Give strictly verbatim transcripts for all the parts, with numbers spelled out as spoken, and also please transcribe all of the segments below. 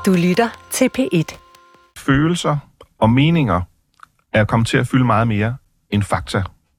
Du lytter til P et. Følelser og meninger er kommet til at fylde meget mere end fakta.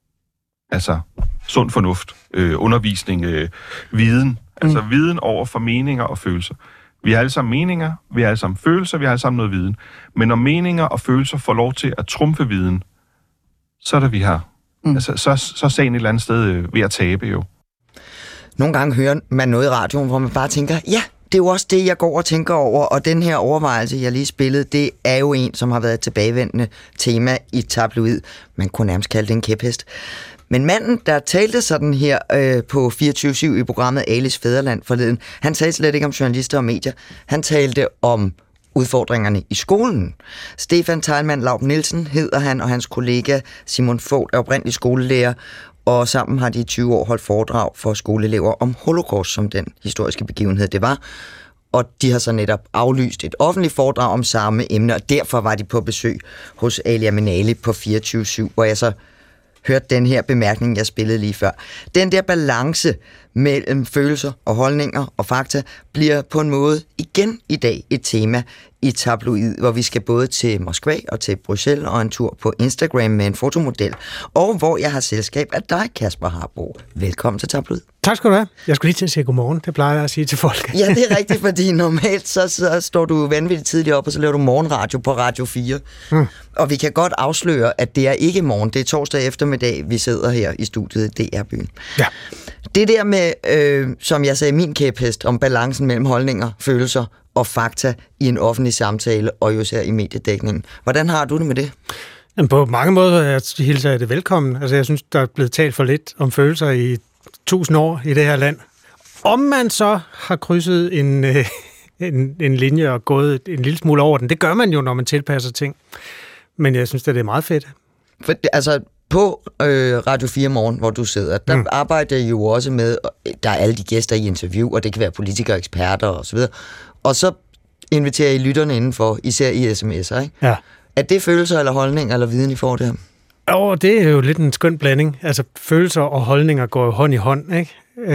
Altså sund fornuft, øh, undervisning, øh, viden. Mm. Altså viden over for meninger og følelser. Vi har alle sammen meninger, vi har alle sammen følelser, vi har alle sammen noget viden. Men når meninger og følelser får lov til at trumfe viden, så er det vi har. Mm. Altså, så, så er sagen et eller andet sted øh, ved at tabe jo. Nogle gange hører man noget i radioen, hvor man bare tænker, ja, det er jo også det, jeg går og tænker over, og den her overvejelse, jeg lige spillede, det er jo en, som har været et tilbagevendende tema i tabloid. Man kunne nærmest kalde det en kæphest. Men manden, der talte sådan her øh, på fireogtyve syv i programmet Alis Fædreland forleden, han talte slet ikke om journalister og medier. Han talte om udfordringerne i skolen. Stefan Teilmann Laub Nielsen hedder han, og hans kollega Simon Vogt er oprindelig skolelærer, og sammen har de i tyve år holdt foredrag for skoleelever om Holocaust, som den historiske begivenhed det var. Og de har så netop aflyst et offentligt foredrag om samme emne, og derfor var de på besøg hos Ali Aminali på fireogtyve syv, hvor jeg så hørte den her bemærkning, jeg spillede lige før. Den der balance mellem følelser og holdninger og fakta bliver på en måde igen i dag et tema i tabloid, hvor vi skal både til Moskva og til Bruxelles og en tur på Instagram med en fotomodel, og hvor jeg har selskab af dig, Kasper Harbo. Velkommen til tabloid. Tak skal du have. Jeg skulle lige til at sige godmorgen. Det plejer jeg at sige til folk. Ja, det er rigtigt, fordi normalt så, så står du vanvittigt tidligt op, og så laver du morgenradio på Radio fire. Hmm. Og vi kan godt afsløre, at det er ikke morgen. Det er torsdag eftermiddag, vi sidder her i studiet i D R-byen. Ja. Det der med, øh, som jeg sagde, min kæphest, om balancen mellem holdninger, følelser og fakta i en offentlig samtale, og jo især i mediedækningen. Hvordan har du det med det? Jamen, på mange måder hilser jeg det velkommen. Altså, jeg synes, der er blevet talt for lidt om følelser i tusind år i det her land. Om man så har krydset en, øh, en, en linje og gået en lille smule over den, det gør man jo, når man tilpasser ting. Men jeg synes, at det er meget fedt. For, altså, på øh, Radio fire Morgen, hvor du sidder, der mm. arbejder I jo også med, der er alle de gæster i interview, og det kan være politikere, eksperter og så videre. Og så inviterer I lytterne indenfor, især i sms'er, ikke? Ja. Er det følelser eller holdninger eller viden, I får der? Jo, det er jo lidt en skøn blanding. Altså, følelser og holdninger går jo hånd i hånd, ikke?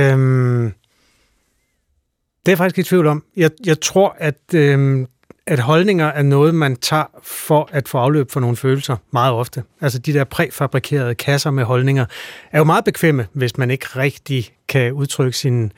Øhm, det er jeg faktisk ikke i tvivl om. Jeg, jeg tror, at, øhm, at holdninger er noget, man tager for at få afløb for nogle følelser meget ofte. Altså, de der præfabrikerede kasser med holdninger er jo meget bekvemme, hvis man ikke rigtig kan udtrykke sin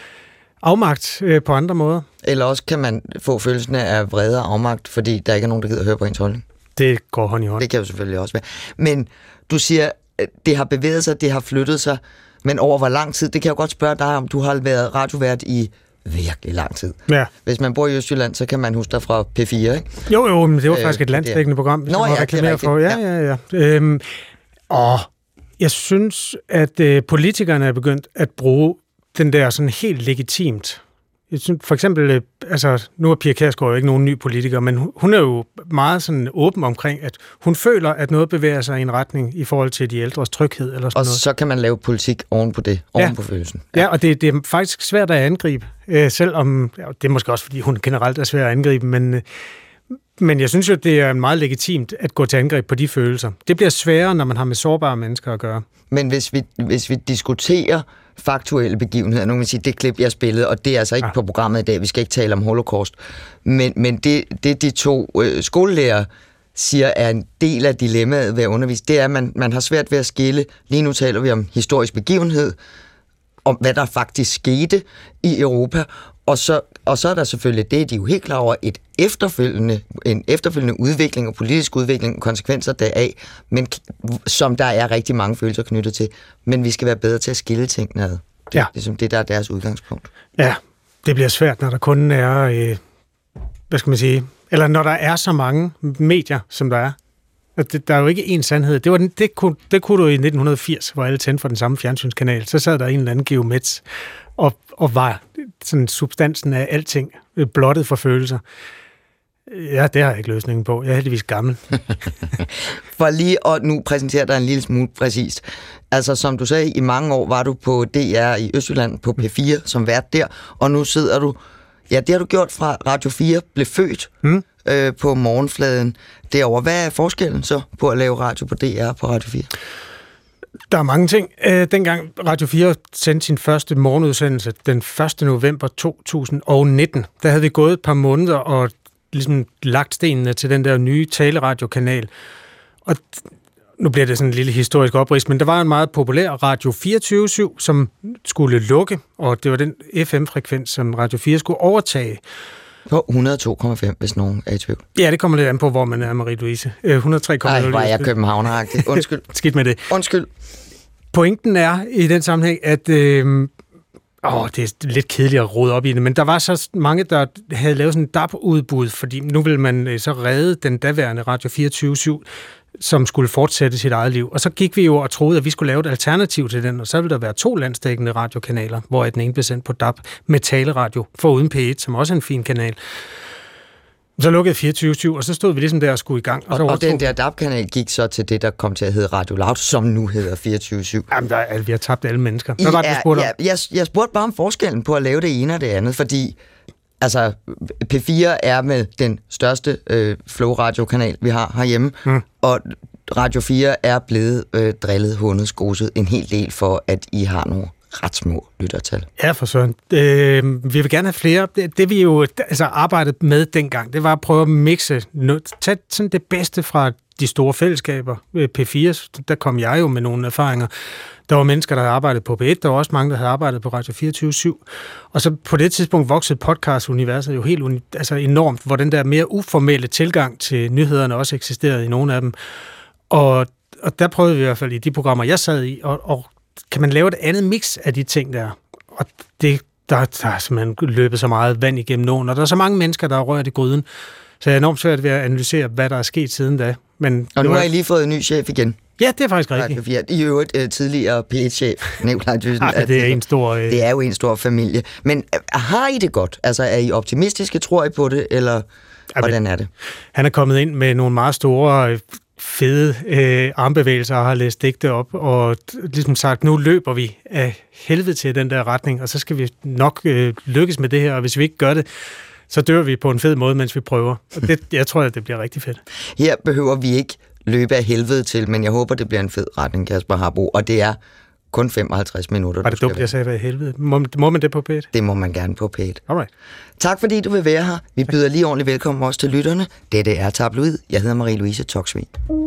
afmagt øh, på andre måder. Eller også kan man få følelsen af vrede og afmagt, fordi der ikke er nogen, der gider at høre på ens holdning. Det går hånd i hånd. Det kan jo selvfølgelig også være. Men du siger, det har bevæget sig, det har flyttet sig, men over hvor lang tid? Det kan jeg jo godt spørge dig om. Du har været radiovært i virkelig lang tid. Ja. Hvis man bor i Østjylland, så kan man huske dig fra P fire, ikke? Jo, jo, men det var øh, faktisk et landsdækkende program. Nå ja, det er for. Ja, ja, ja. ja. Øhm, og jeg synes, at øh, politikerne er begyndt at bruge den der sådan helt legitimt. Jeg synes, for eksempel, altså, nu er Pia Kjærsgaard jo ikke nogen ny politiker, men hun er jo meget sådan åben omkring, at hun føler, at noget bevæger sig i en retning i forhold til de ældres tryghed. Eller sådan og noget. Så kan man lave politik oven på det, oven ja. på følelsen. Ja, ja og det, det er faktisk svært at angribe, øh, selvom, ja, det er måske også, fordi hun generelt er svær at angribe, men, øh, men jeg synes jo, det er meget legitimt at gå til angreb på de følelser. Det bliver sværere, når man har med sårbare mennesker at gøre. Men hvis vi, hvis vi diskuterer faktuelle begivenheder. Nu kan man sige, det klip, jeg spillede, og det er altså ikke ja. på programmet i dag, vi skal ikke tale om Holocaust, men, men det, det de to øh, skolelærer siger, er en del af dilemmaet ved at undervise, det er, at man, man har svært ved at skille. Lige nu taler vi om historisk begivenhed, om hvad der faktisk skete i Europa, og så, og så er der selvfølgelig, det er de jo helt klar over, et efterfølgende, en efterfølgende udvikling og politisk udvikling og konsekvenser deraf, men som der er rigtig mange følelser knyttet til. Men vi skal være bedre til at skille tingene ad. Det, ja. det er som det, der er deres udgangspunkt. Ja, det bliver svært, når der kun er, øh, hvad skal man sige, eller når der er så mange medier, som der er. Der er jo ikke én sandhed. Det, var den, det, kunne, det kunne du i nitten firs, hvor alle tændte for den samme fjernsynskanal. Så sad der en eller anden geomets og, og var sådan substansen af alting blottet for følelser. Ja, det har jeg ikke løsningen på. Jeg er heldigvis gammel. For lige at nu præsentere dig en lille smule præcist. Altså, som du sagde, i mange år var du på D R i Østjylland på P fire som vært der, og nu sidder du, ja, det har du gjort fra Radio fire, blev født mm. øh, på morgenfladen derovre. Hvad er forskellen så på at lave radio på D R på Radio fire? Der er mange ting. Øh, dengang Radio fire sendte sin første morgenudsendelse den første november to tusind nitten, der havde vi gået et par måneder og ligesom lagt stenene til den der nye taleradiokanal. Og nu bliver det sådan en lille historisk oprids, men der var en meget populær Radio fireogtyve syv, som skulle lukke, og det var den F M-frekvens, som Radio fire skulle overtage. På hundrede og to komma fem, hvis nogen er i tvivl. Ja, det kommer lidt an på, hvor man er, Marie-Louise. Øh, hundrede og tre komma nul. Nej, var jeg københavneragtig. Undskyld. Skidt med det. Undskyld. Pointen er i den sammenhæng, at øh, åh, det er lidt kedeligt at rode op i det, men der var så mange, der havde lavet sådan en D A B-udbud, fordi nu vil man øh, så redde den daværende Radio fireogtyve syv, som skulle fortsætte sit eget liv. Og så gik vi jo og troede, at vi skulle lave et alternativ til den, og så ville der være to landsdækkende radiokanaler, hvor den ene blev sendt på D A B med taleradio, foruden P et, som også er en fin kanal. Så lukkede fireogtyve syv, og så stod vi ligesom der og skulle i gang. Og, og, og den der D A B-kanal gik så til det, der kom til at hedde Radio Loud, som nu hedder fireogtyve syv. Jamen, der er, vi har tabt alle mennesker. Hvad var det, du spurgte om? Ja, jeg, jeg spurgte bare om forskellen på at lave det ene og det andet, fordi altså, P fire er med den største øh, Flow-radiokanal, vi har herhjemme, mm. og Radio fire er blevet øh, drillet, hundet, skoset en hel del for, at I har nogle ret små lyttertal. Ja, for søren. Øh, vi vil gerne have flere. Det, det vi jo altså, arbejdede med dengang, det var at prøve at mixe, tage sådan det bedste fra de store fællesskaber. P fire, der kom jeg jo med nogle erfaringer. Der var mennesker, der havde arbejdet på P et, der var også mange, der havde arbejdet på Radio fireogtyve syv. Og så på det tidspunkt voksede podcast-universet jo helt uni- altså enormt, hvor den der mere uformelle tilgang til nyhederne også eksisterede i nogle af dem. Og, og der prøvede vi i hvert fald i de programmer, jeg sad i, og, og kan man lave et andet mix af de ting der? Og det, der, der er simpelthen løbet så meget vand igennem nogen, og der er så mange mennesker, der har rørt i gryden, så jeg er enormt svært ved at analysere, hvad der er sket siden da. Men og nu var... har I lige fået en ny chef igen. Ja, det er faktisk rigtigt. Nej, I er jo et uh, tidligere P et-chef, Nikolaj Thyssen. Nej, det er en stor... Uh... Det er jo en stor familie. Men uh, har I det godt? Altså, er I optimistiske? Tror I på det? Eller ja, hvordan er det? Han er kommet ind med nogle meget store... fede øh, armbevægelser og har læst digte op, og ligesom sagt, nu løber vi af helvede til den der retning, og så skal vi nok øh, lykkes med det her, og hvis vi ikke gør det, så dør vi på en fed måde, mens vi prøver. Og det, jeg tror, at det bliver rigtig fedt. Her behøver vi ikke løbe af helvede til, men jeg håber, det bliver en fed retning, Kasper Harbo, og det er kun femoghalvtreds minutter. Var det dumt, jeg sagde, hvad i helvede? Må, må man det på P et? Det må man gerne på P et. Alright. Tak fordi du vil være her. Vi byder lige ordentligt velkommen også til lytterne. Dette er Tabloid. Jeg hedder Marie-Louise Toksvig.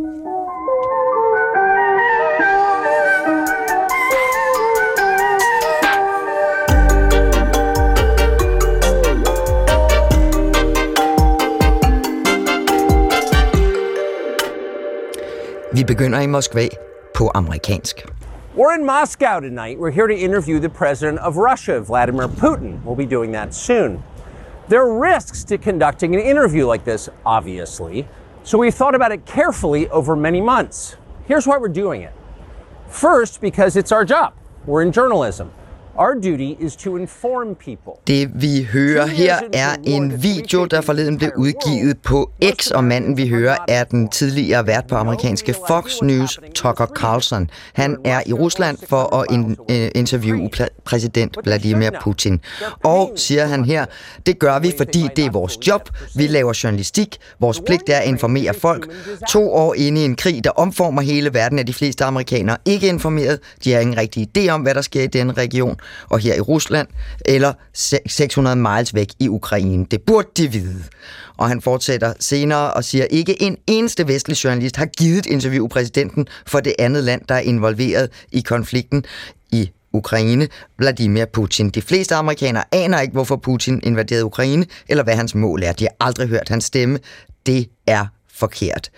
Vi begynder i Moskva på amerikansk. We're in Moscow tonight. We're here to interview the president of Russia, Vladimir Putin. We'll be doing that soon. There are risks to conducting an interview like this, obviously, so we thought about it carefully over many months. Here's why we're doing it. First, because it's our job. We're in journalism. Our duty is to inform people. Det vi hører her er en video, der forleden blev udgivet på X, og manden vi hører er den tidligere vært på amerikanske Fox News, Tucker Carlson. Han er i Rusland for at in, uh, interviewe præsident Vladimir Putin. Og, siger han her, det gør vi, fordi det er vores job. Vi laver journalistik. Vores pligt er at informere folk. To år inde i en krig, der omformer hele verden, er de fleste amerikanere ikke informeret. De har ingen rigtig idé om, hvad der sker i denne region. Og her i Rusland, eller seks hundrede miles væk i Ukraine. Det burde de vide. Og han fortsætter senere og siger, ikke en eneste vestlig journalist har givet interview præsidenten for det andet land, der er involveret i konflikten i Ukraine, Vladimir Putin. De fleste amerikanere aner ikke, hvorfor Putin invaderede Ukraine, eller hvad hans mål er. De har aldrig hørt hans stemme. Det er forkert.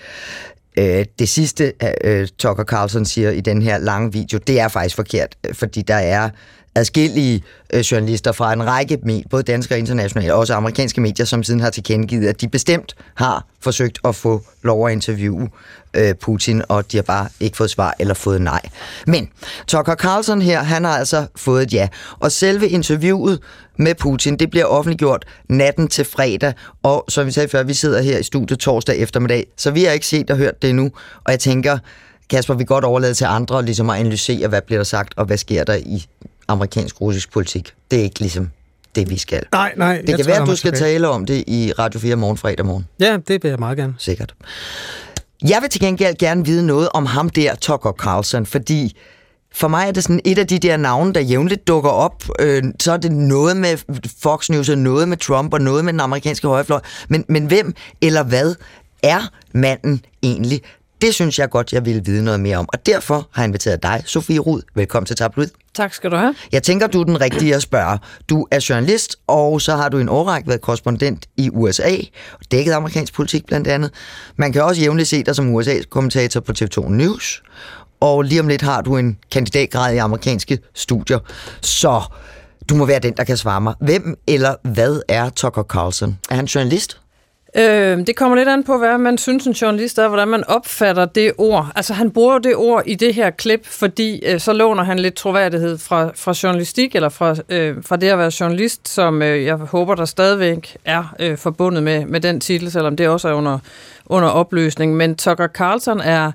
Det sidste, Tucker Carlson siger i den her lange video, det er faktisk forkert, fordi der er adskillige journalister fra en række medier, både danske og internationale, og også amerikanske medier, som siden har tilkendegivet, at de bestemt har forsøgt at få lov at interviewe Putin, og de har bare ikke fået svar eller fået nej. Men Tucker Carlson her, han har altså fået et ja. Og selve interviewet med Putin, det bliver offentliggjort natten til fredag, og som vi sagde før, vi sidder her i studiet torsdag eftermiddag, så vi har ikke set og hørt det endnu, og jeg tænker, Kasper, vi godt overlade til andre ligesom at analysere, hvad bliver der sagt, og hvad sker der i amerikansk-russisk politik. Det er ikke ligesom det, vi skal. Nej, nej. Det kan være, at du skal tale om det i Radio fire morgen fredag morgen. Ja, det vil jeg meget gerne. Sikkert. Jeg vil til gengæld gerne vide noget om ham der, Tucker Carlson, fordi for mig er det sådan et af de der navne, der jævnligt dukker op. Øh, så er det noget med Fox News, og noget med Trump, og noget med den amerikanske højrefløj. Men, men hvem eller hvad er manden egentlig? Det synes jeg godt, jeg ville vide noget mere om. Og derfor har jeg inviteret dig, Sofie Rud. Velkommen til Tabloid. Tak skal du have. Jeg tænker, du er den rigtige at spørge. Du er journalist, og så har du en årrække været korrespondent i U S A, og dækket amerikansk politik blandt andet. Man kan også jævnligt se dig som U S A-kommentator på T V to News, og lige om lidt har du en kandidatgrad i amerikanske studier. Så du må være den, der kan svare mig. Hvem eller hvad er Tucker Carlson? Er han journalist? Øh, det kommer lidt an på, hvad man synes en journalist er, hvordan man opfatter det ord. Altså han bruger det ord i det her klip, fordi øh, så låner han lidt troværdighed fra, fra journalistik, eller fra, øh, fra det at være journalist, som øh, jeg håber, der stadigvæk er øh, forbundet med, med den titel, selvom det også er under, under opløsning. Men Tucker Carlson er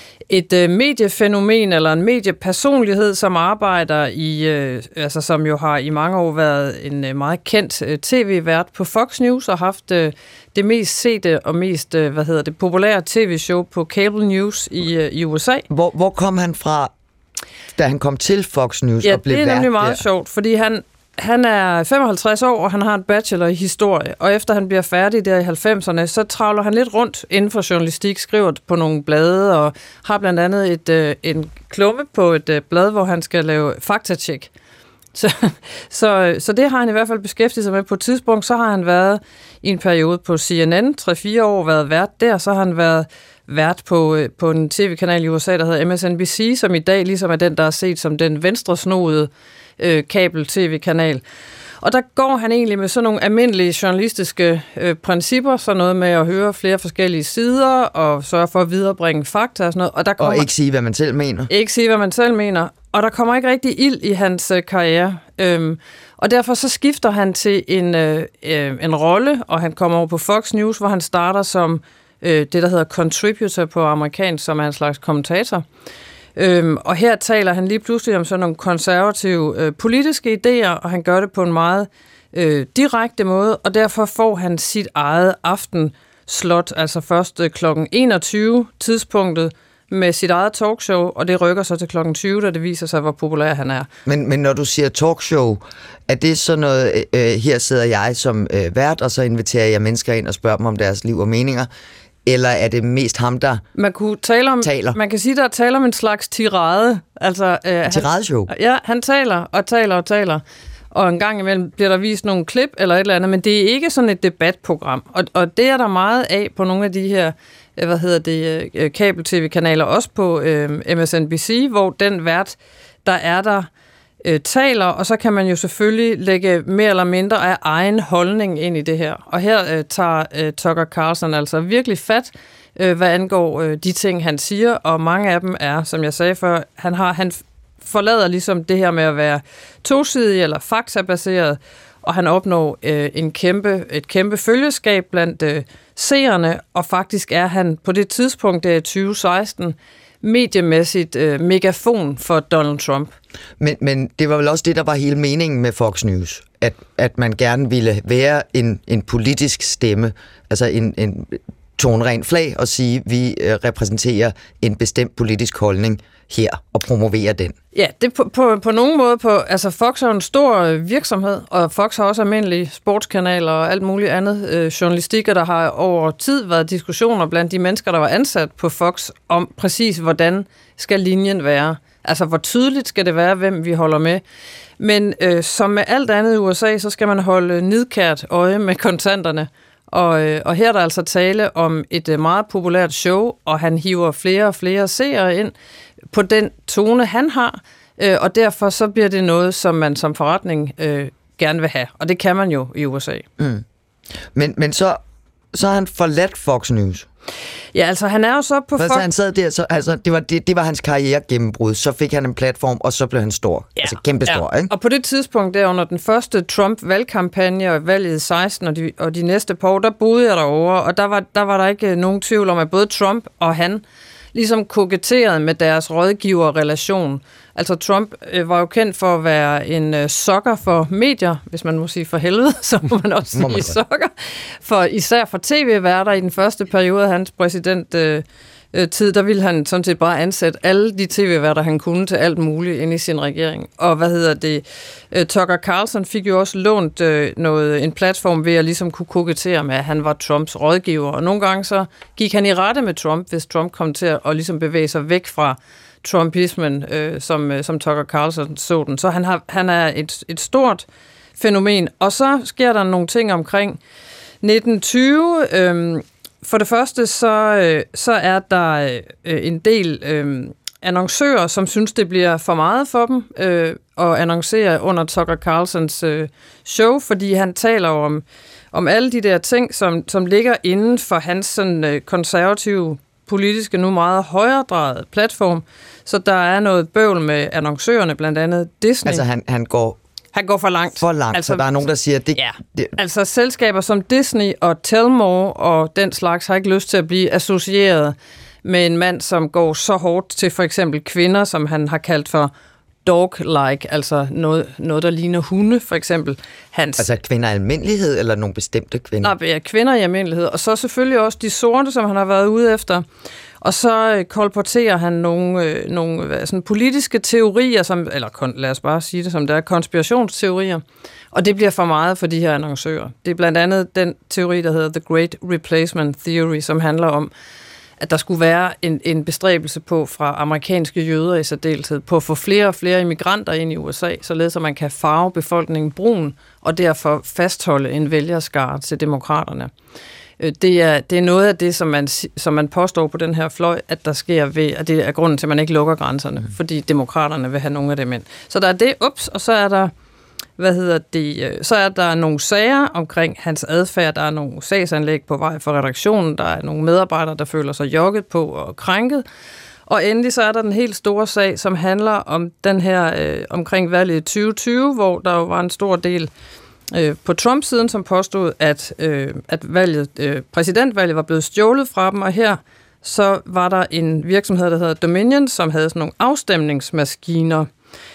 et øh, mediefænomen eller en mediepersonlighed, som arbejder i, øh, altså som jo har i mange år været en øh, meget kendt øh, tv-vært på Fox News og haft øh, det mest sete og mest, øh, hvad hedder det, populære tv-show på Cable News i, øh, i U S A. Hvor, hvor kom han fra, da han kom til Fox News ja, og blev vært? Ja, det er nemlig meget der? sjovt, fordi han Han er femoghalvtreds år, og han har en bachelor i historie, og efter han bliver færdig der i halvfemserne, så travler han lidt rundt inden for journalistik, skriver på nogle blade, og har blandt andet et, øh, en klumme på et øh, blad, hvor han skal lave faktatjek. Så, så, så det har han i hvert fald beskæftiget sig med. På et tidspunkt, så har han været i en periode på C N N, tre fire år været vært der, så har han været vært på, på en tv-kanal i U S A, der hedder M S N B C, som i dag ligesom er den, der er set som den venstresnodede øh, kabel-tv-kanal. Og der går han egentlig med sådan nogle almindelige journalistiske øh, principper, så noget med at høre flere forskellige sider, og sørge for at viderebringe fakta og sådan noget. Og, der kommer, og ikke sige, hvad man selv mener. Ikke sige, hvad man selv mener. Og der kommer ikke rigtig ild i hans øh, karriere. Øhm, og derfor så skifter han til en, øh, en rolle, og han kommer over på Fox News, hvor han starter som øh, det, der hedder contributor på amerikansk, som er en slags kommentator. Øhm, og her taler han lige pludselig om sådan nogle konservative øh, politiske idéer, og han gør det på en meget øh, direkte måde, og derfor får han sit eget aftenslot, altså først øh, klokken enogtyve tidspunktet, med sit eget talkshow, og det rykker så til klokken tyve, da det viser sig, hvor populær han er. Men, men når du siger talkshow, er det sådan noget, øh, her sidder jeg som øh, vært, og så inviterer jeg mennesker ind og spørger dem om deres liv og meninger, eller er det mest ham, der man kunne tale om, taler? Man kan sige, der er tale om en slags tirade. Altså, øh, tiradeshow? Ja, han taler og taler og taler, og en gang imellem bliver der vist nogle klip eller et eller andet, men det er ikke sådan et debatprogram, og, og det er der meget af på nogle af de her hvad hedder det, kabel-tv-kanaler, også på øh, M S N B C, hvor den vært, der er der, øh, taler, og så kan man jo selvfølgelig lægge mere eller mindre af egen holdning ind i det her. Og her øh, tager øh, Tucker Carlson altså virkelig fat, øh, hvad angår øh, de ting, han siger, og mange af dem er, som jeg sagde før, han, har, han forlader ligesom det her med at være tosidig eller faktabaseret, og han opnår øh, en kæmpe, et kæmpe følgeskab blandt øh, seerne, og faktisk er han på det tidspunkt, der i tyve seksten, mediemæssigt øh, megafon for Donald Trump. Men, men det var vel også det, der var hele meningen med Fox News, at, at man gerne ville være en, en politisk stemme, altså en, en toneren flag, og sige, at vi øh, repræsenterer en bestemt politisk holdning her, og promoverer den. Ja, det på, på, på nogen måde på, altså Fox er en stor virksomhed, og Fox har også almindelige sportskanaler og alt muligt andet øh, journalistikker, der har over tid været diskussioner blandt de mennesker, der var ansat på Fox, om præcis, hvordan skal linjen være. Altså, hvor tydeligt skal det være, hvem vi holder med. Men øh, som med alt andet i U S A, så skal man holde nidkært øje med kontanterne. Og, øh, og her er der altså tale om et øh, meget populært show, og han hiver flere og flere seere ind på den tone, han har. Øh, og derfor så bliver det noget, som man som forretning øh, gerne vil have. Og det kan man jo i U S A. Mm. Men, men så, så har han forladt Fox News. Ja, altså han er jo så på Fox... han sad der, så, altså, det, var, det, det var hans karriere gennembrud. Så fik han en platform, og så blev han stor. Ja, altså kæmpestor, ja. Ikke? Og på det tidspunkt, der under den første Trump-valgkampagne og valget i seksten og de, og de næste par år, der boede jeg derovre, og der var, der var der ikke nogen tvivl om, at både Trump og han ligesom koketterede med deres rådgiverrelation. Altså Trump øh, var jo kendt for at være en øh, sokker for medier, hvis man må sige for helvede, så må man også sige sokker, for især for tv-værter i den første periode af hans præsident, øh, øh, tid, der ville han sådan set bare ansætte alle de tv-værter, han kunne til alt muligt inde i sin regering. Og hvad hedder det? Øh, Tucker Carlson fik jo også lånt øh, noget, en platform ved at ligesom kunne kokettere med, at han var Trumps rådgiver. Og nogle gange så gik han i rette med Trump, hvis Trump kom til at, at ligesom bevæge sig væk fra Trumpismen, øh, som, øh, som Tucker Carlson så den. Så han, har, han er et, et stort fænomen. Og så sker der nogle ting omkring nitten tyve. Øh, for det første, så, øh, så er der øh, en del øh, annoncører, som synes, det bliver for meget for dem øh, at annoncere under Tucker Carlsons øh, show, fordi han taler om, om alle de der ting, som, som ligger inden for hans sådan, øh, konservative politiske, nu meget højredrejet platform. Så der er noget bøvl med annoncørerne, blandt andet Disney. Altså han, han går... Han går for langt. For langt, altså, så der er nogen, der siger... Det, ja, det. altså selskaber som Disney og Telmore og den slags har ikke lyst til at blive associeret med en mand, som går så hårdt til for eksempel kvinder, som han har kaldt for dog-like, altså noget, noget der ligner hunde, for eksempel. Hans, altså kvinder i almindelighed, eller nogle bestemte kvinder? Nej, ja, kvinder i almindelighed. Og så selvfølgelig også de sorte, som han har været ude efter. Og så øh, kolporterer han nogle, øh, nogle hvad, sådan politiske teorier, som, eller kon, lad os bare sige det som det er, konspirationsteorier. Og det bliver for meget for de her annoncører. Det er blandt andet den teori, der hedder The Great Replacement Theory, som handler om, at der skulle være en, en bestræbelse på fra amerikanske jøder i særdeleshed, på at få flere og flere immigranter ind i U S A, således at man kan farve befolkningen brun, og derfor fastholde en vælgerskare til demokraterne. Det er, det er noget af det, som man, som man påstår på den her fløj, at der sker ved, at det er grunden til, at man ikke lukker grænserne, mm. fordi demokraterne vil have nogle af dem ind. Så der er det, ups, og så er der, hvad hedder det, så er der nogle sager omkring hans adfærd, der er nogle sagsanlæg på vej for redaktionen, der er nogle medarbejdere, der føler sig jokket på og krænket, og endelig så er der den helt store sag, som handler om den her, øh, omkring valget i tyve tyve, hvor der jo var en stor del på Trump-siden, som påstod, at, øh, at valget, øh, præsidentvalget var blevet stjålet fra dem, og her så var der en virksomhed, der hedder Dominion, som havde sådan nogle afstemningsmaskiner.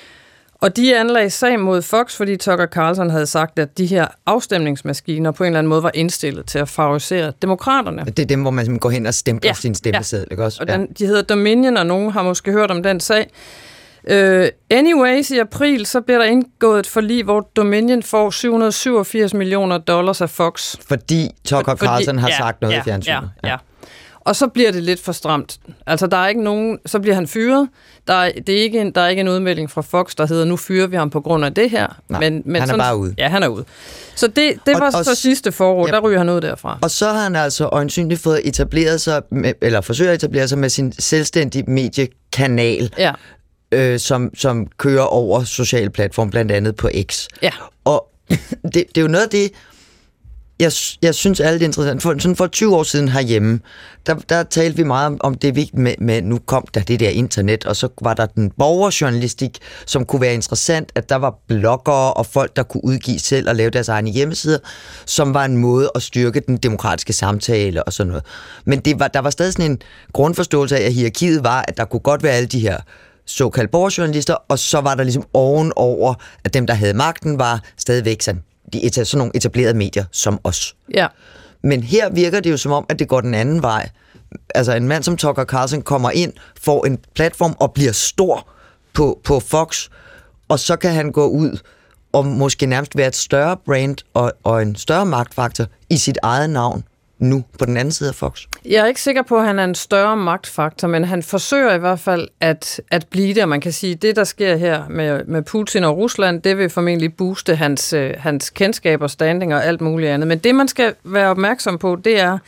Og de anlagde sag mod Fox, fordi Tucker Carlson havde sagt, at de her afstemningsmaskiner på en eller anden måde var indstillet til at favorisere demokraterne. Det er dem, hvor man går hen og stempler ja, sin stemmeseddel, ja. Ikke også? Og den, de hedder Dominion, og nogen har måske hørt om den sag. Uh, anyways, i april, så bliver der indgået et forlig, hvor Dominion får syv hundrede syvogfirs millioner dollars af Fox. Fordi Tucker For, Carlson fordi, har ja, sagt noget ja, i fjernsynet. Ja, ja. ja. Og så bliver det lidt for stramt. Altså, der er ikke nogen... Så bliver han fyret. Der er, det er ikke en, der er ikke en udmelding fra Fox, der hedder, nu fyrer vi ham på grund af det her. Nej, men, men han er sådan, bare ude. Ja, han er ude. Så det, det og, var og, så sidste forår, ja. Der ryger han ud derfra. Og så har han altså øjensynligt fået etableret sig, med, eller forsøger at etablere sig med sin selvstændige mediekanal. Ja. Øh, som, som kører over sociale platforme, blandt andet på X. Ja. Og det, det er jo noget af det, jeg, jeg synes er lidt interessant. For, sådan for tyve år siden herhjemme, der, der talte vi meget om, om det vigtigt med, med, nu kom der det der internet, og så var der den borgerjournalistik, som kunne være interessant, at der var bloggere og folk, der kunne udgive selv og lave deres egne hjemmesider, som var en måde at styrke den demokratiske samtale og sådan noget. Men det var, der var stadig sådan en grundforståelse af, at hierarkiet var, at der kunne godt være alle de her såkaldte borgerjournalister, og så var der ligesom ovenover, at dem, der havde magten, var stadigvæk sådan, de, sådan nogle etablerede medier som os. Ja. Men her virker det jo som om, at det går den anden vej. Altså en mand som Tucker Carlson kommer ind, får en platform og bliver stor på, på Fox, og så kan han gå ud og måske nærmest være et større brand og, og en større magtfaktor i sit eget navn nu på den anden side af Fox. Jeg er ikke sikker på, at han er en større magtfaktor, men han forsøger i hvert fald at, at blive det, og man kan sige, at det, der sker her med, med Putin og Rusland, det vil formentlig booste hans, øh, hans kendskab og standing og alt muligt andet. Men det, man skal være opmærksom på, det er,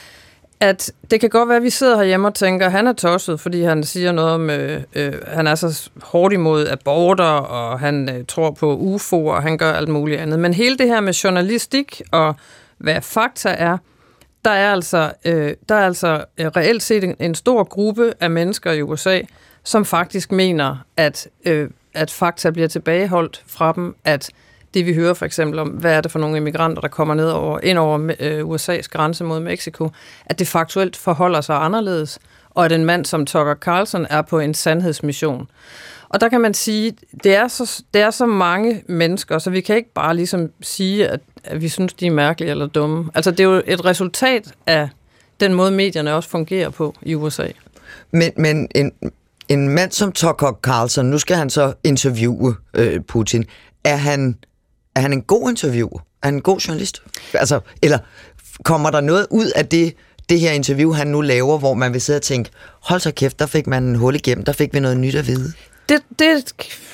at det kan godt være, at vi sidder herhjemme og tænker, at han er tosset, fordi han siger noget om, øh, øh, han er så hårdt imod aborter, og han øh, tror på U F O'er, og han gør alt muligt andet. Men hele det her med journalistik og hvad fakta er, Der er altså, øh, der er altså øh, reelt set en, en stor gruppe af mennesker i U S A, som faktisk mener, at, øh, at fakta bliver tilbageholdt fra dem, at det vi hører for eksempel om, hvad er det for nogle immigranter, der kommer ned over, ind over øh, U S A's grænse mod Mexico, at det faktuelt forholder sig anderledes, og at en mand som Tucker Carlson er på en sandhedsmission. Og der kan man sige, det er så, det er så mange mennesker, så vi kan ikke bare ligesom sige, at, at vi synes, de er mærkelige eller dumme. Altså, det er jo et resultat af den måde, medierne også fungerer på i U S A. Men, men en, en mand som Tucker Carlson, nu skal han så interviewe øh, Putin. Er han, er han en god interviewer? Er han en god journalist? Altså, eller kommer der noget ud af det, det her interview, han nu laver, hvor man vil sidde og tænke, hold så kæft, der fik man en hul igennem, der fik vi noget nyt at vide? Det, det,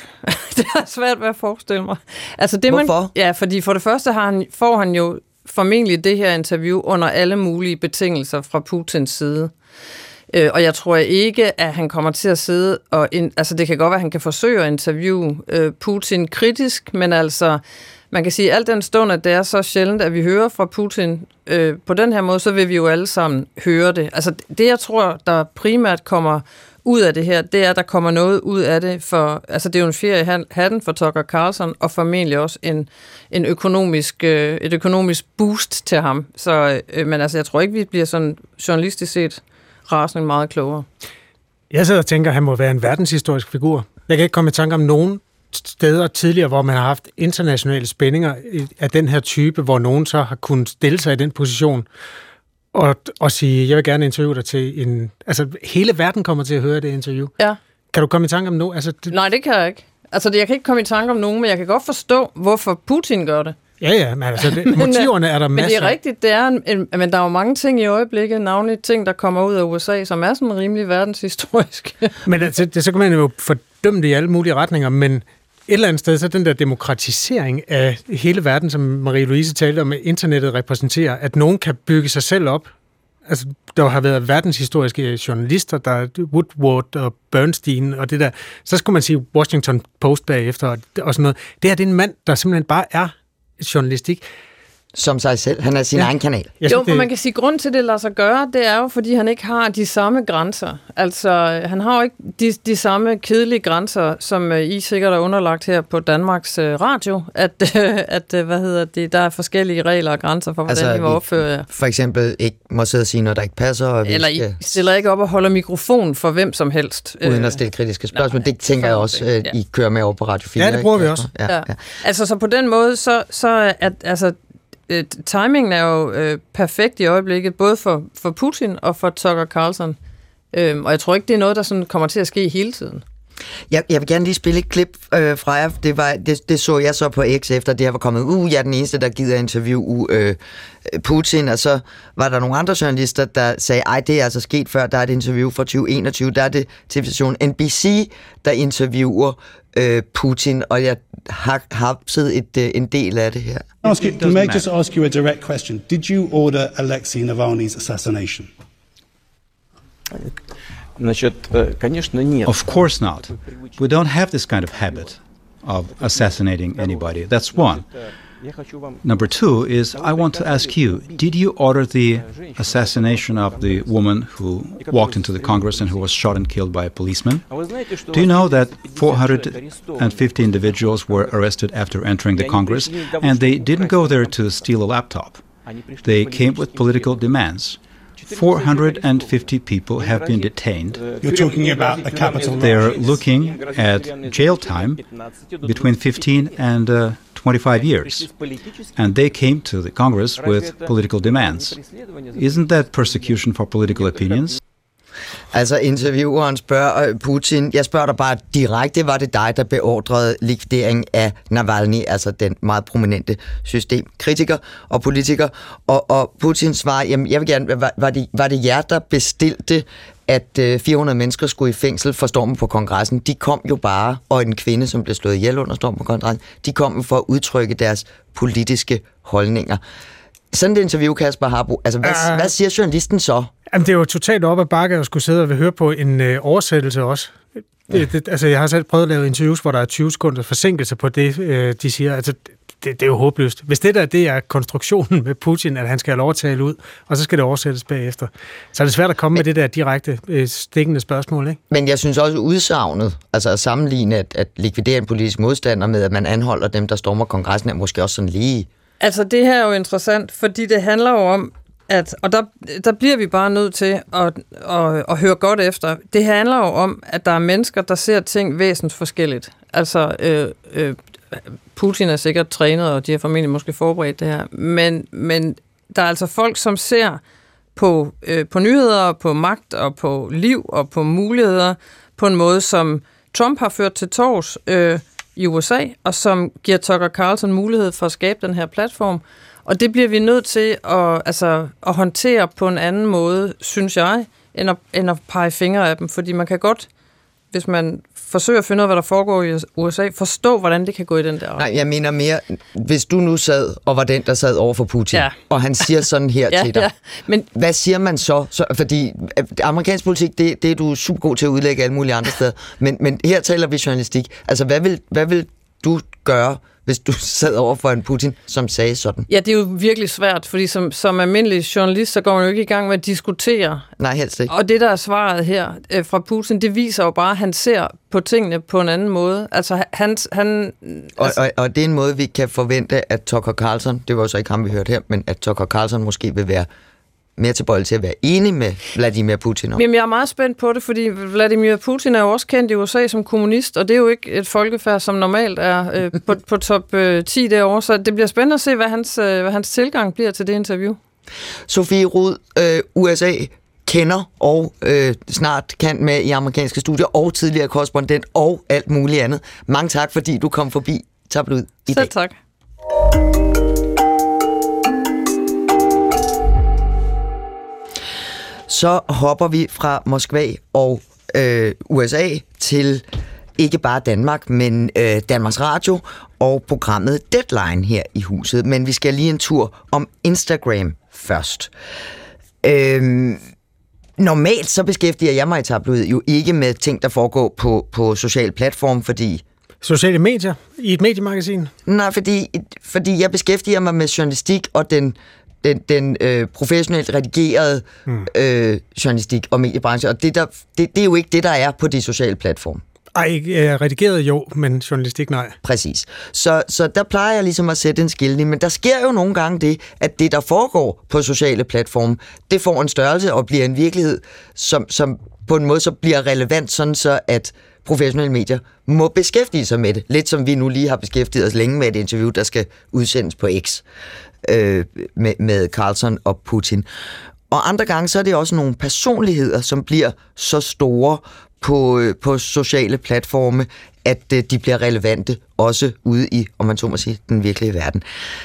det er svært ved at forestille mig. Altså det, Hvorfor? Man, ja, fordi for det første har han, får han jo formentlig det her interview under alle mulige betingelser fra Putins side. Øh, og jeg tror ikke, at han kommer til at sidde og... In, altså det kan godt være, at han kan forsøge at interviewe øh, Putin kritisk, men altså... Man kan sige, at alt den stund, at det er så sjældent, at vi hører fra Putin øh, på den her måde, så vil vi jo alle sammen høre det. Altså det, jeg tror, der primært kommer ud af det her, det er, at der kommer noget ud af det for... Altså det er jo en fjer i hatten for Tucker Carlson, og formentlig også en, en økonomisk, øh, et økonomisk boost til ham. Så, øh, men altså, jeg tror ikke, vi bliver sådan journalistisk set rasende meget klogere. Jeg sidder og tænker, at han må være en verdenshistorisk figur. Jeg kan ikke komme i tanke om nogen steder tidligere, hvor man har haft internationale spændinger af den her type, hvor nogen så har kunnet stille sig i den position og, og sige, jeg vil gerne interviewe dig til en... Altså, hele verden kommer til at høre det interview. Ja. Kan du komme i tanke om noget? Altså, det... Nej, det kan jeg ikke. Altså, jeg kan ikke komme i tanke om nogen, men jeg kan godt forstå, hvorfor Putin gør det. Ja, ja, men altså, det, motiverne er der masser. Men det er rigtigt, det er en, en, men der er jo mange ting i øjeblikket, navnlig ting, der kommer ud af U S A, som er sådan rimelig verdenshistorisk. Men altså, det, så kan man jo fordømme det i alle mulige retninger, men et eller andet sted, så den der demokratisering af hele verden, som Marie-Louise talte om, internettet repræsenterer, at nogen kan bygge sig selv op. Altså, der har været verdenshistoriske journalister, der er Woodward og Bernstein og det der. Så skulle man sige Washington Post bagefter og, og sådan noget. Det her, det er en mand, der simpelthen bare er journalistik. Som sig selv. Han er sin ja. egen kanal. Jeg jo, for det... man kan sige, at grund til, det lader sig gøre, det er jo, fordi han ikke har de samme grænser. Altså, han har jo ikke de, de samme kedelige grænser, som I sikkert er underlagt her på Danmarks Radio, at, at hvad hedder det, der er forskellige regler og grænser for, hvordan altså, I må opføre jer. For eksempel ikke må sidde og sige noget, der ikke passer. Og Eller I skal... stiller ikke op og holder mikrofon for hvem som helst. Uden at stille kritiske spørgsmål. Nej, det tænker jeg også, at ja. I kører med over på Radio fire. Ja, det bruger ikke? vi også. Ja, ja. Ja. Altså, så på den måde, så, så at, altså, timingen er jo øh, perfekt i øjeblikket, både for, for Putin og for Tucker Carlson. Øhm, og jeg tror ikke, det er noget, der sådan kommer til at ske hele tiden. Jeg, jeg vil gerne lige spille et klip øh, fra jer. Det, var, det, det så jeg så på X, efter det her var kommet ud. Uh, jeg er den eneste, der gider interviewe øh, Putin. Og så var der nogle andre journalister, der sagde, ej, det er altså sket før. Der er et interview fra tyve enogtyve. Der er det T V-stationen N B C, der interviewer øh, Putin. Og jeg har hapset et, øh, en del af det her. Ask you, may I just ask you a direct question? Did you order Alexei Navalny's assassination? Of course not. We don't have this kind of habit of assassinating anybody. That's one. Number two is, I want to ask you, did you order the assassination of the woman who walked into the Congress and who was shot and killed by a policeman? Do you know that four hundred fifty individuals were arrested after entering the Congress, and they didn't go there to steal a laptop? They came with political demands. four hundred fifty people have been detained. You're talking about the Capitol. They're looking at jail time between fifteen and uh, twenty-five years. And they came to the Congress with political demands. Isn't that persecution for political opinions? Altså intervieweren spørger Putin, jeg spørger dig bare direkte, var det dig, der beordrede likvidering af Navalny, altså den meget prominente systemkritiker og politiker, og, og Putin svarer, jamen jeg vil gerne, var, var, det, var det jer, der bestilte, at øh, fire hundrede mennesker skulle i fængsel for stormen på kongressen? De kom jo bare, og en kvinde, som blev slået ihjel under stormen på kongressen, de kom jo for at udtrykke deres politiske holdninger. Sådan et interview, Kasper Harbo, altså hvad, uh, hvad siger journalisten så? Jamen, det er jo totalt op ad bakke at skulle sidde og høre på en øh, oversættelse også. Ja. Det, det, altså, jeg har selv prøvet at lave interviews, hvor der er tyve sekunder forsinkelse på det, øh, de siger. Altså, det, det er jo håbløst. Hvis det der, det er konstruktionen med Putin, at han skal have lov at tale ud, og så skal det oversættes bagefter, så er det svært at komme men, med det der direkte øh, stikkende spørgsmål, ikke? Men jeg synes også udsagnet, altså at sammenligne at, at likvidere en politisk modstander med, at man anholder dem, der stormer kongressen, er måske også sådan lige... Altså, det her er jo interessant, fordi det handler jo om, at, og der, der bliver vi bare nødt til at, at, at høre godt efter. Det handler jo om, at der er mennesker, der ser ting væsentligt forskelligt. Altså, øh, øh, Putin er sikkert trænet, og de har formentlig måske forberedt det her. Men, men der er altså folk, som ser på, øh, på nyheder, på magt og på liv og på muligheder på en måde, som Trump har ført til torvs øh, i U S A, og som giver Tucker Carlson mulighed for at skabe den her platform. Og det bliver vi nødt til at, altså, at håndtere på en anden måde, synes jeg, end at, end at pege fingre af dem. Fordi man kan godt, hvis man forsøger at finde ud af, hvad der foregår i U S A, forstå, hvordan det kan gå i den der. Nej, jeg mener mere, hvis du nu sad og var den, der sad over for Putin, ja. og han siger sådan her ja, til dig, ja. Men hvad siger man så? så fordi amerikansk politik, det, det er du super god til at udlægge alle mulige andre steder, men, men her taler vi journalistik. Altså, hvad vil, hvad vil du gøre, hvis du sad over for en Putin, som sagde sådan? Ja, det er jo virkelig svært, fordi som, som almindelig journalist, så går man jo ikke i gang med at diskutere. Nej, helst ikke. Og det, der er svaret her øh, fra Putin, det viser jo bare, at han ser på tingene på en anden måde. Altså, han... han og, altså... og, og det er en måde, vi kan forvente, at Tucker Carlson, det var jo så ikke ham, vi hørte her, men at Tucker Carlson måske vil være mere tilbøjelig til at være enig med Vladimir Putin om. Jamen, jeg er meget spændt på det, fordi Vladimir Putin er jo også kendt i U S A som kommunist, og det er jo ikke et folkefærd, som normalt er øh, på, på top øh, ti derovre, så det bliver spændende at se, hvad hans, øh, hvad hans tilgang bliver til det interview. Sofie Rud, øh, U S A kender og øh, snart kan med i amerikanske studier, og tidligere korrespondent og alt muligt andet. Mange tak, fordi du kom forbi Tabloid i dag. Selv tak. Så hopper vi fra Moskva og øh, U S A til ikke bare Danmark, men øh, Danmarks Radio og programmet Deadline her i huset. Men vi skal lige en tur om Instagram først. Øh, normalt så beskæftiger jeg mig i Tabloid jo ikke med ting, der foregår på, på social platform, fordi... Sociale medier i et mediemagasin? Nej, fordi, fordi jeg beskæftiger mig med journalistik og den... den, den øh, professionelt redigerede hmm. øh, journalistik og mediebranche, og det, der, det, det er jo ikke det, der er på de sociale platforme. Ej, øh, redigeret jo, men journalistik nej. Præcis. Så, så der plejer jeg ligesom at sætte en skilning, men der sker jo nogle gange det, at det, der foregår på sociale platforme, det får en størrelse og bliver en virkelighed, som, som på en måde så bliver relevant, sådan så at professionelle medier må beskæftige sig med det. Lidt som vi nu lige har beskæftiget os længe med et interview, der skal udsendes på X. Øh, med, med Carlson og Putin. Og andre gange, så er det også nogle personligheder, som bliver så store på, øh, på sociale platforme, at øh, de bliver relevante også ude i, om man så må sige, den virkelige verden.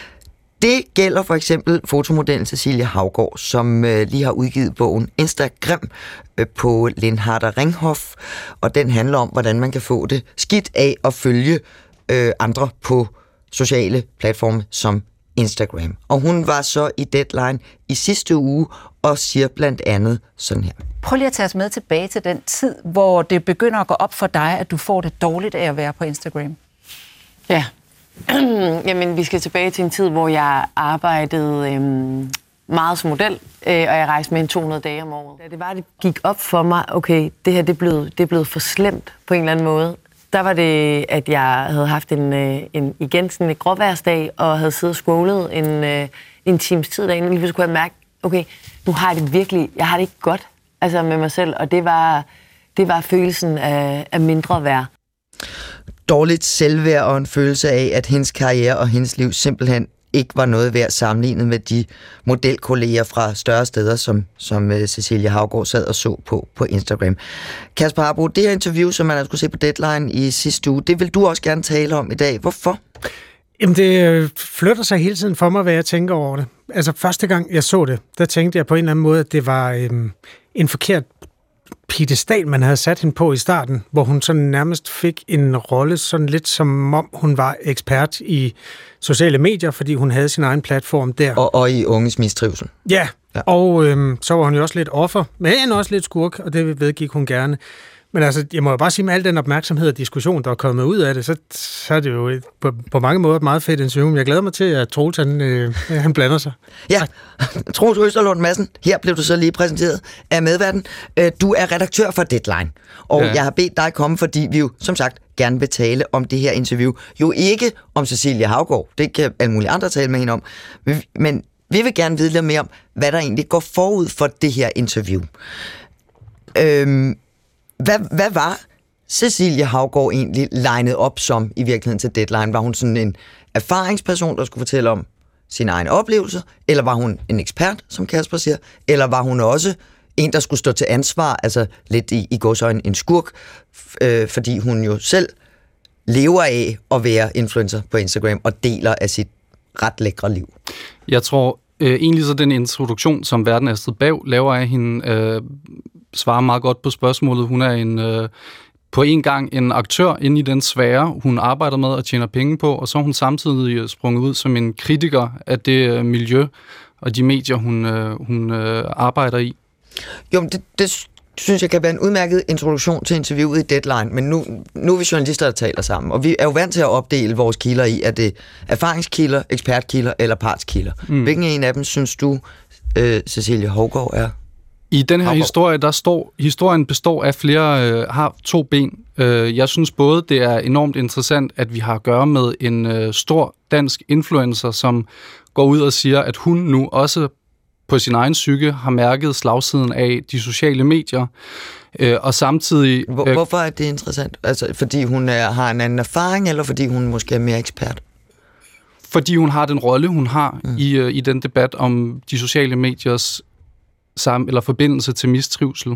Det gælder for eksempel fotomodellen Cecilie Haugaard, som øh, lige har udgivet bogen Instagram øh, på Lindhardt Ringhof, og den handler om, hvordan man kan få det skidt af at følge øh, andre på sociale platforme som Instagram. Og hun var så i Deadline i sidste uge og siger blandt andet sådan her. Prøv lige at tage os med tilbage til den tid, hvor det begynder at gå op for dig, at du får det dårligt af at være på Instagram. Ja. Jamen, vi skal tilbage til en tid, hvor jeg arbejdede øhm, meget som model, øh, og jeg rejste med en to hundrede dage om året. Da det var, det gik op for mig, okay, det her det er blevet, det er blevet for slemt på en eller anden måde. Der var det, at jeg havde haft en, en igen sådan en gråværsdag, og havde siddet og scrollet en, en times tid derinde, og lige pludselig kunne jeg mærke, okay, nu har jeg det virkelig, jeg har det ikke godt altså med mig selv, og det var, det var følelsen af, af mindre værd. Dårligt selvværd og en følelse af, at hendes karriere og hendes liv simpelthen ikke var noget værd sammenlignet med de modelkolleger fra større steder, som, som uh, Cecilie Haugaard sad og så på på Instagram. Kasper Harbo, det her interview, som man skulle se på Deadline i sidste uge, det vil du også gerne tale om i dag. Hvorfor? Jamen, det flytter sig hele tiden for mig, hvad jeg tænker over det. Altså, første gang jeg så det, der tænkte jeg på en eller anden måde, at det var øhm, en forkert piedestal, man havde sat hende på i starten, hvor hun sådan nærmest fik en rolle, sådan lidt som om hun var ekspert i sociale medier, fordi hun havde sin egen platform der. Og, og i unges mistrivsel. Ja, ja. og øhm, så var hun jo også lidt offer, men også lidt skurk, og det vedgik hun gerne. Men altså, jeg må jo bare sige, med al den opmærksomhed og diskussion, der er kommet ud af det, så, så er det jo et, på, på mange måder et meget fedt interview. Jeg glæder mig til, at Troels, han, øh, han blander sig. Ja, Troels Østerlund Madsen, her blev du så lige præsenteret af medverden. Du er redaktør for Deadline, og ja. Jeg har bedt dig komme, fordi vi jo, som sagt, gerne vil tale om det her interview. Jo ikke om Cecilie Haugaard, det kan alle mulige andre tale med hende om, men vi vil gerne vide lidt mere om, hvad der egentlig går forud for det her interview. Øhm, Hvad, hvad var Cecilie Haugaard egentlig legnet op som i virkeligheden til Deadline? Var hun sådan en erfaringsperson, der skulle fortælle om sin egen oplevelse, eller var hun en ekspert, som Kasper siger, eller var hun også en, der skulle stå til ansvar, altså lidt i, i gåseøjne en skurk, øh, fordi hun jo selv lever af at være influencer på Instagram og deler af sit ret lækre liv. Jeg tror øh, egentlig så den introduktion, som Verden Astrid Berg laver af hende, øh, svarer meget godt på spørgsmålet. Hun er en øh, på en gang en aktør inde i den sfære, hun arbejder med og tjener penge på, og så er hun samtidig sprunget ud som en kritiker af det øh, miljø og de medier, hun, øh, hun øh, arbejder i. Jo, det, det synes jeg kan være en udmærket introduktion til interviewet i Deadline, men nu, nu er vi journalister, der taler sammen, og vi er jo vant til at opdele vores kilder i, at det er erfaringskilder, ekspertkilder eller partskilder. Mm. Hvilken en af dem synes du, øh, Cecilie Hougaard, er? I den her historie, der står, historien består af flere, øh, har to ben. Øh, jeg synes både, det er enormt interessant, at vi har at gøre med en øh, stor dansk influencer, som går ud og siger, at hun nu også på sin egen psyke har mærket slagsiden af de sociale medier, øh, og samtidig... Hvor, øh, hvorfor er det interessant? Altså, fordi hun er, har en anden erfaring, eller fordi hun måske er mere ekspert? Fordi hun har den rolle, hun har mm. i, øh, i den debat om de sociale mediers sammen, eller forbindelse til mistrivsel.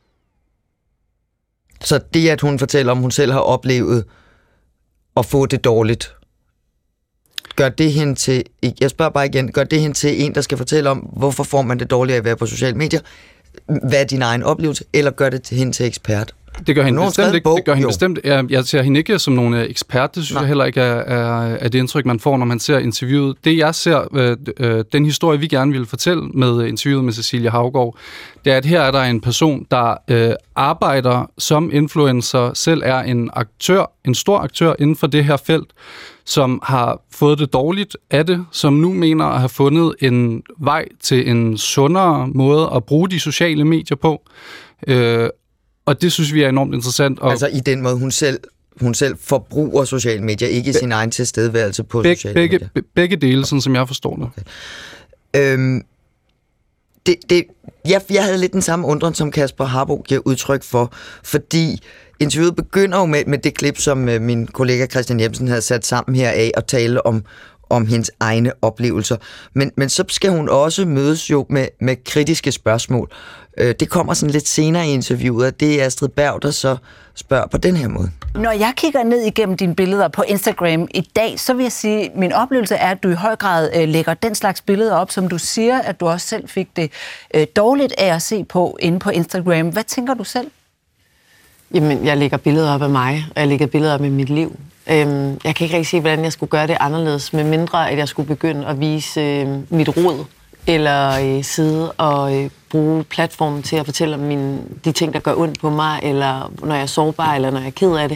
Så det, at hun fortæller om, hun selv har oplevet at få det dårligt, gør det hende til, jeg spørger bare igen, gør det hende til en, der skal fortælle om, hvorfor får man det dårligt af at være på sociale medier? Hvad er din egen oplevelse? Eller gør det til hende til ekspert? Det gør hende bestemt ikke. Det gør hende bestemt. Jeg, jeg ser hende ikke som nogen ekspert. Det synes Nej. jeg heller ikke er, er, er det indtryk, man får, når man ser interviewet. Det jeg ser, øh, øh, den historie, vi gerne vil fortælle med interviewet med Cecilie Hougaard, det er, at her er der en person, der øh, arbejder som influencer, selv er en aktør, en stor aktør inden for det her felt, som har fået det dårligt af det, som nu mener at have fundet en vej til en sundere måde at bruge de sociale medier på. Øh, Og det synes vi er enormt interessant. Og altså i den måde, hun selv, hun selv forbruger sociale medier, ikke i sin egen tilstedeværelse på Beg, sociale begge, medier? Begge dele, sådan som jeg forstår det. Okay. Øhm, det, det jeg, jeg havde lidt den samme undren, som Kasper Harbo giver udtryk for, fordi interviewet begynder jo med, med det klip, som øh, min kollega Christian Jensen havde sat sammen her af, at tale om, om hendes egne oplevelser. Men, men så skal hun også mødes jo med, med kritiske spørgsmål. Øh, det kommer sådan lidt senere i interviewet, og det er Astrid Berg, der så spørger på den her måde. Når jeg kigger ned igennem dine billeder på Instagram i dag, så vil jeg sige, at min oplevelse er, at du i høj grad øh, lægger den slags billeder op, som du siger, at du også selv fik det øh, dårligt af at se på inde på Instagram. Hvad tænker du selv? Jamen, jeg lægger billeder op af mig, og jeg lægger billeder op af mit liv. Øhm, jeg kan ikke rigtig se, hvordan jeg skulle gøre det anderledes, med mindre at jeg skulle begynde at vise øh, mit rod, eller øh, sidde og øh, bruge platformen til at fortælle om mine, de ting, der gør ondt på mig, eller når jeg er sårbar, eller når jeg er ked af det.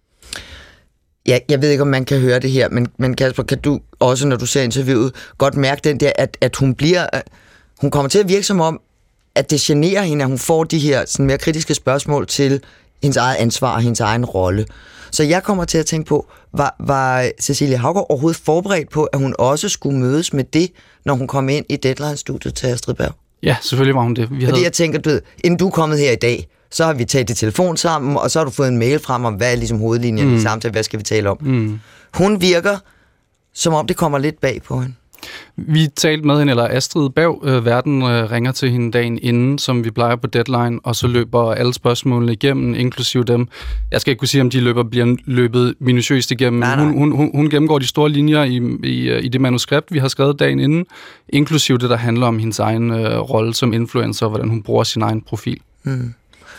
Ja, jeg ved ikke, om man kan høre det her, men, men Kasper, kan du også, når du ser interviewet, godt mærke den der, at, at hun bliver, hun kommer til at virke som om, at det generer hende, at hun får de her sådan mere kritiske spørgsmål til hendes eget ansvar og hendes egen rolle. Så jeg kommer til at tænke på, var, var Cecilie Hougaard overhovedet forberedt på, at hun også skulle mødes med det, når hun kom ind i Deadline-studiet til Astrid Berg? Ja, selvfølgelig var hun det. Vi Fordi havde... jeg tænker, du ved, inden du er kommet her i dag, så har vi taget i telefon sammen, og så har du fået en mail frem om, hvad er ligesom hovedlinjen mm. i samtalen, hvad skal vi tale om? Mm. Hun virker, som om det kommer lidt bag på hende. Vi talte med hende, eller Astrid Berg, øh, Verden øh, ringer til hende dagen inden, som vi plejer på Deadline, og så løber alle spørgsmålene igennem, inklusive dem. Jeg skal ikke kunne sige, om de løber bliver løbet minutiøst igennem. Nej, nej. Hun, hun, hun, hun gennemgår de store linjer i, i, i det manuskript, vi har skrevet dagen inden, inklusive det, der handler om hendes egen øh, rolle som influencer, og hvordan hun bruger sin egen profil. Mm.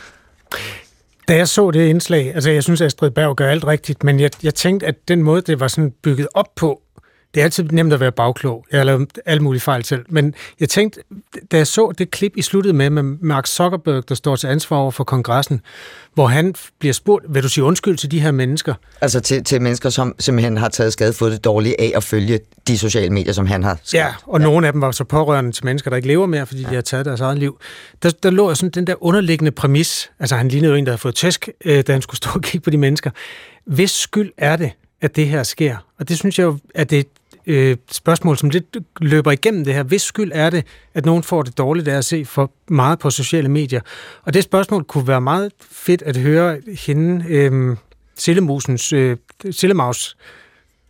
Da jeg så det indslag, altså jeg synes, at Astrid Berg gør alt rigtigt, men jeg, jeg tænkte, at den måde, det var sådan bygget op på, det er altid nemt at være bagklog. Jeg har lavet alle mulige fejl selv. Men jeg tænkte, da jeg så det klip, I sluttede med, med Mark Zuckerberg, der står til ansvar over for kongressen, hvor han bliver spurgt, vil du sige undskyld til de her mennesker? Altså til, til mennesker, som simpelthen har taget skade, fået det dårligt af at følge de sociale medier, som han har skabt. Ja, og ja. Nogle af dem var så pårørende til mennesker, der ikke lever mere, fordi ja. de har taget deres eget liv. Der, der lå jo sådan den der underliggende præmis. Altså han lignede jo en, der havde fået tæsk, øh, da han skulle stå og kigge på de mennesker. Hvis skyld er det, at det her sker? Og det synes jeg jo, at det Øh, spørgsmål, som lidt løber igennem det her. Hvis skyld er det, at nogen får det dårligt af at se for meget på sociale medier? Og det spørgsmål kunne være meget fedt at høre hende, øh, Sillemusens, øh, Sillemaus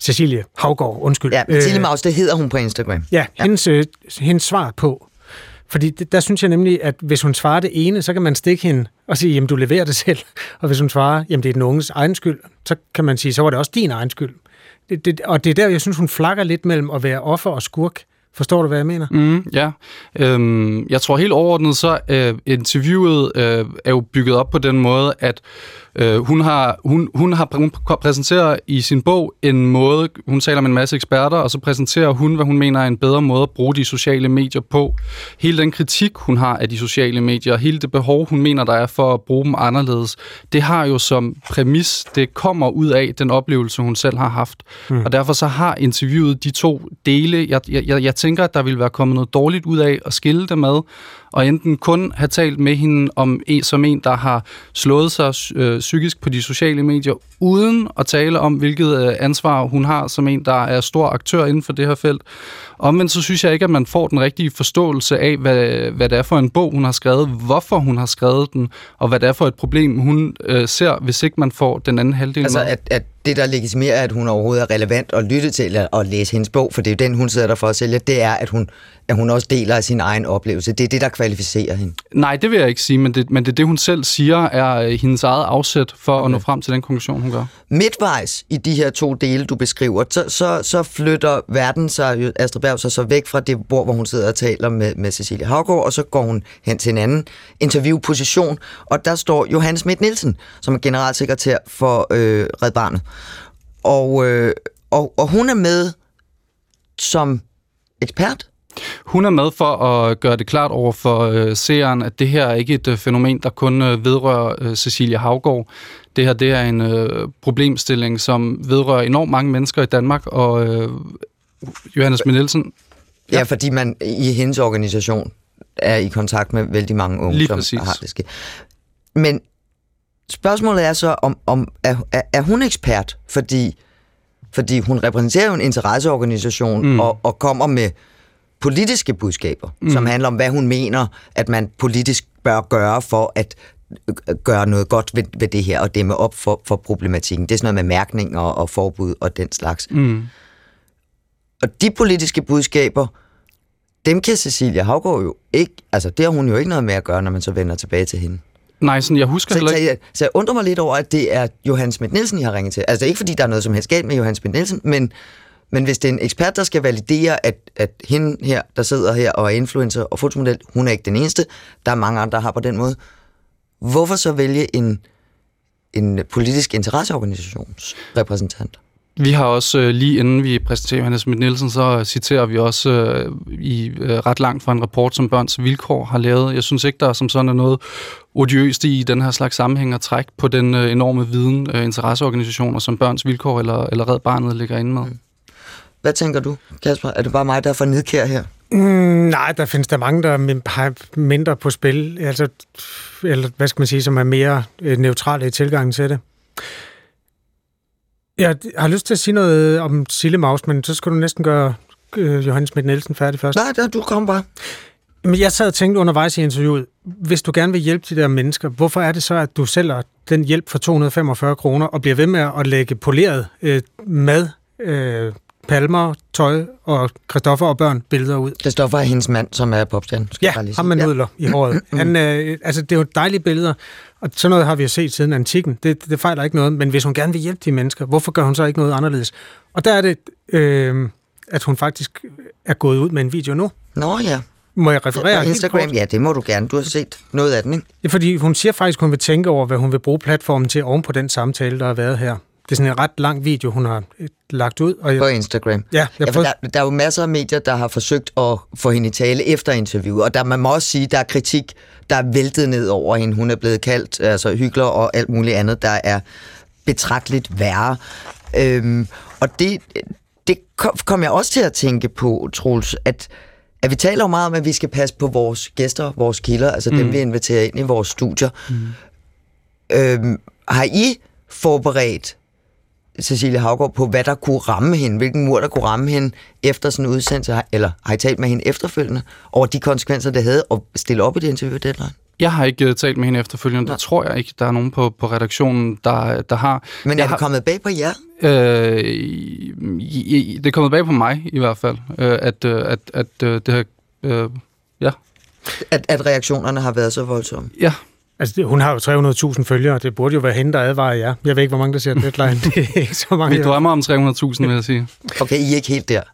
Cecilie Havgård, undskyld. Ja, Cecilie Maus, det hedder hun på Instagram. Ja, ja. Hendes, øh, hendes svar på. Fordi det, der synes jeg nemlig, at hvis hun svarer det ene, så kan man stikke hende og sige, jamen du leverer det selv. Og hvis hun svarer, jamen det er den unges egen skyld, så kan man sige, så var det også din egen skyld. Det, det, og det er der, jeg synes, hun flakker lidt mellem at være offer og skurk. Forstår du, hvad jeg mener? Mm, ja. Øhm, jeg tror helt overordnet, så øh, interviewet øh, er jo bygget op på den måde, at øh, hun har hun, hun har hun præsenterer i sin bog en måde, hun taler med en masse eksperter, og så præsenterer hun, hvad hun mener er en bedre måde at bruge de sociale medier på. Hele den kritik, hun har af de sociale medier, hele det behov, hun mener, der er for at bruge dem anderledes, det har jo som præmis, det kommer ud af den oplevelse, hun selv har haft. Mm. Og derfor så har interviewet de to dele, jeg, jeg, jeg tænker, at der ville være kommet noget dårligt ud af at skille det med, og enten kun have talt med hende om en, som en, der har slået sig øh, psykisk på de sociale medier, uden at tale om, hvilket øh, ansvar hun har som en, der er stor aktør inden for det her felt. Omvendt så synes jeg ikke, at man får den rigtige forståelse af, hvad, hvad det er for en bog, hun har skrevet, hvorfor hun har skrevet den, og hvad det er for et problem, hun øh, ser, hvis ikke man får den anden halvdel altså, med. At, at det, der legitimerer, at hun overhovedet er relevant at lytte til at, at læse hendes bog, for det er jo den, hun sidder der for at sælge, det er, at hun, at hun også deler af sin egen oplevelse. Det er det, der kvalificerer hende. Nej, det vil jeg ikke sige, men det, men det er det, hun selv siger, er hendes eget afsæt for okay. at nå frem til den konklusion, hun gør. Midtvejs i de her to dele, du beskriver, så, så, så flytter verden sig, Astrid Berg, så, så væk fra det bord, hvor hun sidder og taler med, med Cecilie Havgård, og så går hun hen til en anden interviewposition, og der står Johanne Schmidt-Nielsen, som er generalsekretær for øh, Red Barnet. Og, øh, og, og hun er med som ekspert. Hun er med for at gøre det klart over for øh, seeren, at det her er ikke et øh, fænomen, der kun øh, vedrører øh, Cecilie Havgård. Det her det er en øh, problemstilling, som vedrører enormt mange mennesker i Danmark, og øh, Johanne Schmidt-Nielsen... Ja. ja, fordi man i hendes organisation er i kontakt med vældig mange unge, lige som præcis. har det skidt. Men spørgsmålet er så, om, om er, er hun ekspert, fordi, fordi hun repræsenterer jo en interesseorganisation mm. og, og kommer med politiske budskaber, mm. som handler om, hvad hun mener, at man politisk bør gøre for at gøre noget godt ved, ved det her, og dæmme op for, for problematikken. Det er sådan noget med mærkning og, og forbud og den slags. Mm. Og de politiske budskaber, dem kan Cecilie Havgård jo ikke, altså det har hun jo ikke noget med at gøre, når man så vender tilbage til hende. Nej, sådan jeg husker så, heller ikke. Så, så jeg undrer mig lidt over, at det er Johanne Schmidt-Nielsen, I har ringet til. Altså ikke fordi der er noget som helst galt med Johanne Schmidt-Nielsen, men, men hvis det er en ekspert, der skal validere, at, at hende her, der sidder her og er influencer og fotomodel, hun er ikke den eneste, der er mange andre, der har på den måde. Hvorfor så vælge en, en politisk interesseorganisations repræsentant? Vi har også, øh, lige inden vi præsenterer Johanne Schmidt-Nielsen, så citerer vi også øh, i øh, ret langt fra en rapport, som Børns Vilkår har lavet. Jeg synes ikke, der er som sådan er noget odiøst i den her slags sammenhæng at trække på den øh, enorme viden, øh, interesseorganisationer, som Børns Vilkår eller, eller Red Barnet ligger inde med. Hvad tænker du, Kasper? Er det bare mig, der er for nidkær her? Mm, nej, der findes der mange, der har mindre på spil, altså, eller hvad skal man sige, som er mere øh, neutrale i tilgangen til det. Jeg har lyst til at sige noget om Cecilie Maus, men så skal du næsten gøre øh, Johanne Schmidt-Nielsen færdig først. Nej, der, du kom bare. Men jeg sad og tænkte undervejs i interviewet, hvis du gerne vil hjælpe de der mennesker, hvorfor er det så, at du sælger den hjælp for to hundrede og femogfyrre kroner og bliver ved med at lægge poleret øh, mad, øh, palmer, tøj og Christoffer og børn billeder ud? Christoffer er hendes mand, som er popstjerne. Ja, ham med nudler ja. i håret. Han, øh, altså, det er jo dejlige billeder, og sådan noget har vi jo set siden antikken. Det, det fejler ikke noget, men hvis hun gerne vil hjælpe de mennesker, hvorfor gør hun så ikke noget anderledes? Og der er det, øh, at hun faktisk er gået ud med en video nu. Nå ja. Må jeg referere? Ja, Instagram, ja, det må du gerne. Du har set noget af den, ikke? Ja, fordi hun siger faktisk, at hun vil tænke over, hvad hun vil bruge platformen til oven på den samtale, der har været her. Det er sådan en ret lang video, hun har lagt ud. Og jeg... På Instagram. Ja, ja for der, der er jo masser af medier, der har forsøgt at få hende i tale efter interviewet, og der, man må også sige, der er kritik, der er væltet ned over hende. Hun er blevet kaldt altså, hykler og alt muligt andet, der er betragteligt værre. Øhm, og det, det kom, kom jeg også til at tænke på, Troels, at, at vi taler jo meget om, at vi skal passe på vores gæster, vores kilder, altså mm. dem, vi inviterer ind i vores studier. Mm. Øhm, har I forberedt Cecilie Havgård på, hvad der kunne ramme hende, hvilken mur der kunne ramme hende efter sådan en udsendelse, eller har I talt med hende efterfølgende over de konsekvenser, det havde at stille op i det interview deadline? Jeg har ikke uh, talt med hende efterfølgende. Nej. Det tror jeg ikke, der er nogen på, på redaktionen, der, der har. Men er jeg det har, kommet bag på jer? Øh, i, det er kommet bag på mig, i hvert fald, øh, at, øh, at, at øh, det her... Øh, ja. At, at reaktionerne har været så voldsomme? Ja. Altså, hun har jo tre hundrede tusind følgere, det burde jo være hende, der advarer jer. Jeg ved ikke, hvor mange der ser Deadline. Det er ikke så mange. Vi drømmer om tre hundrede tusind, vil jeg sige. Okay, I er ikke helt der.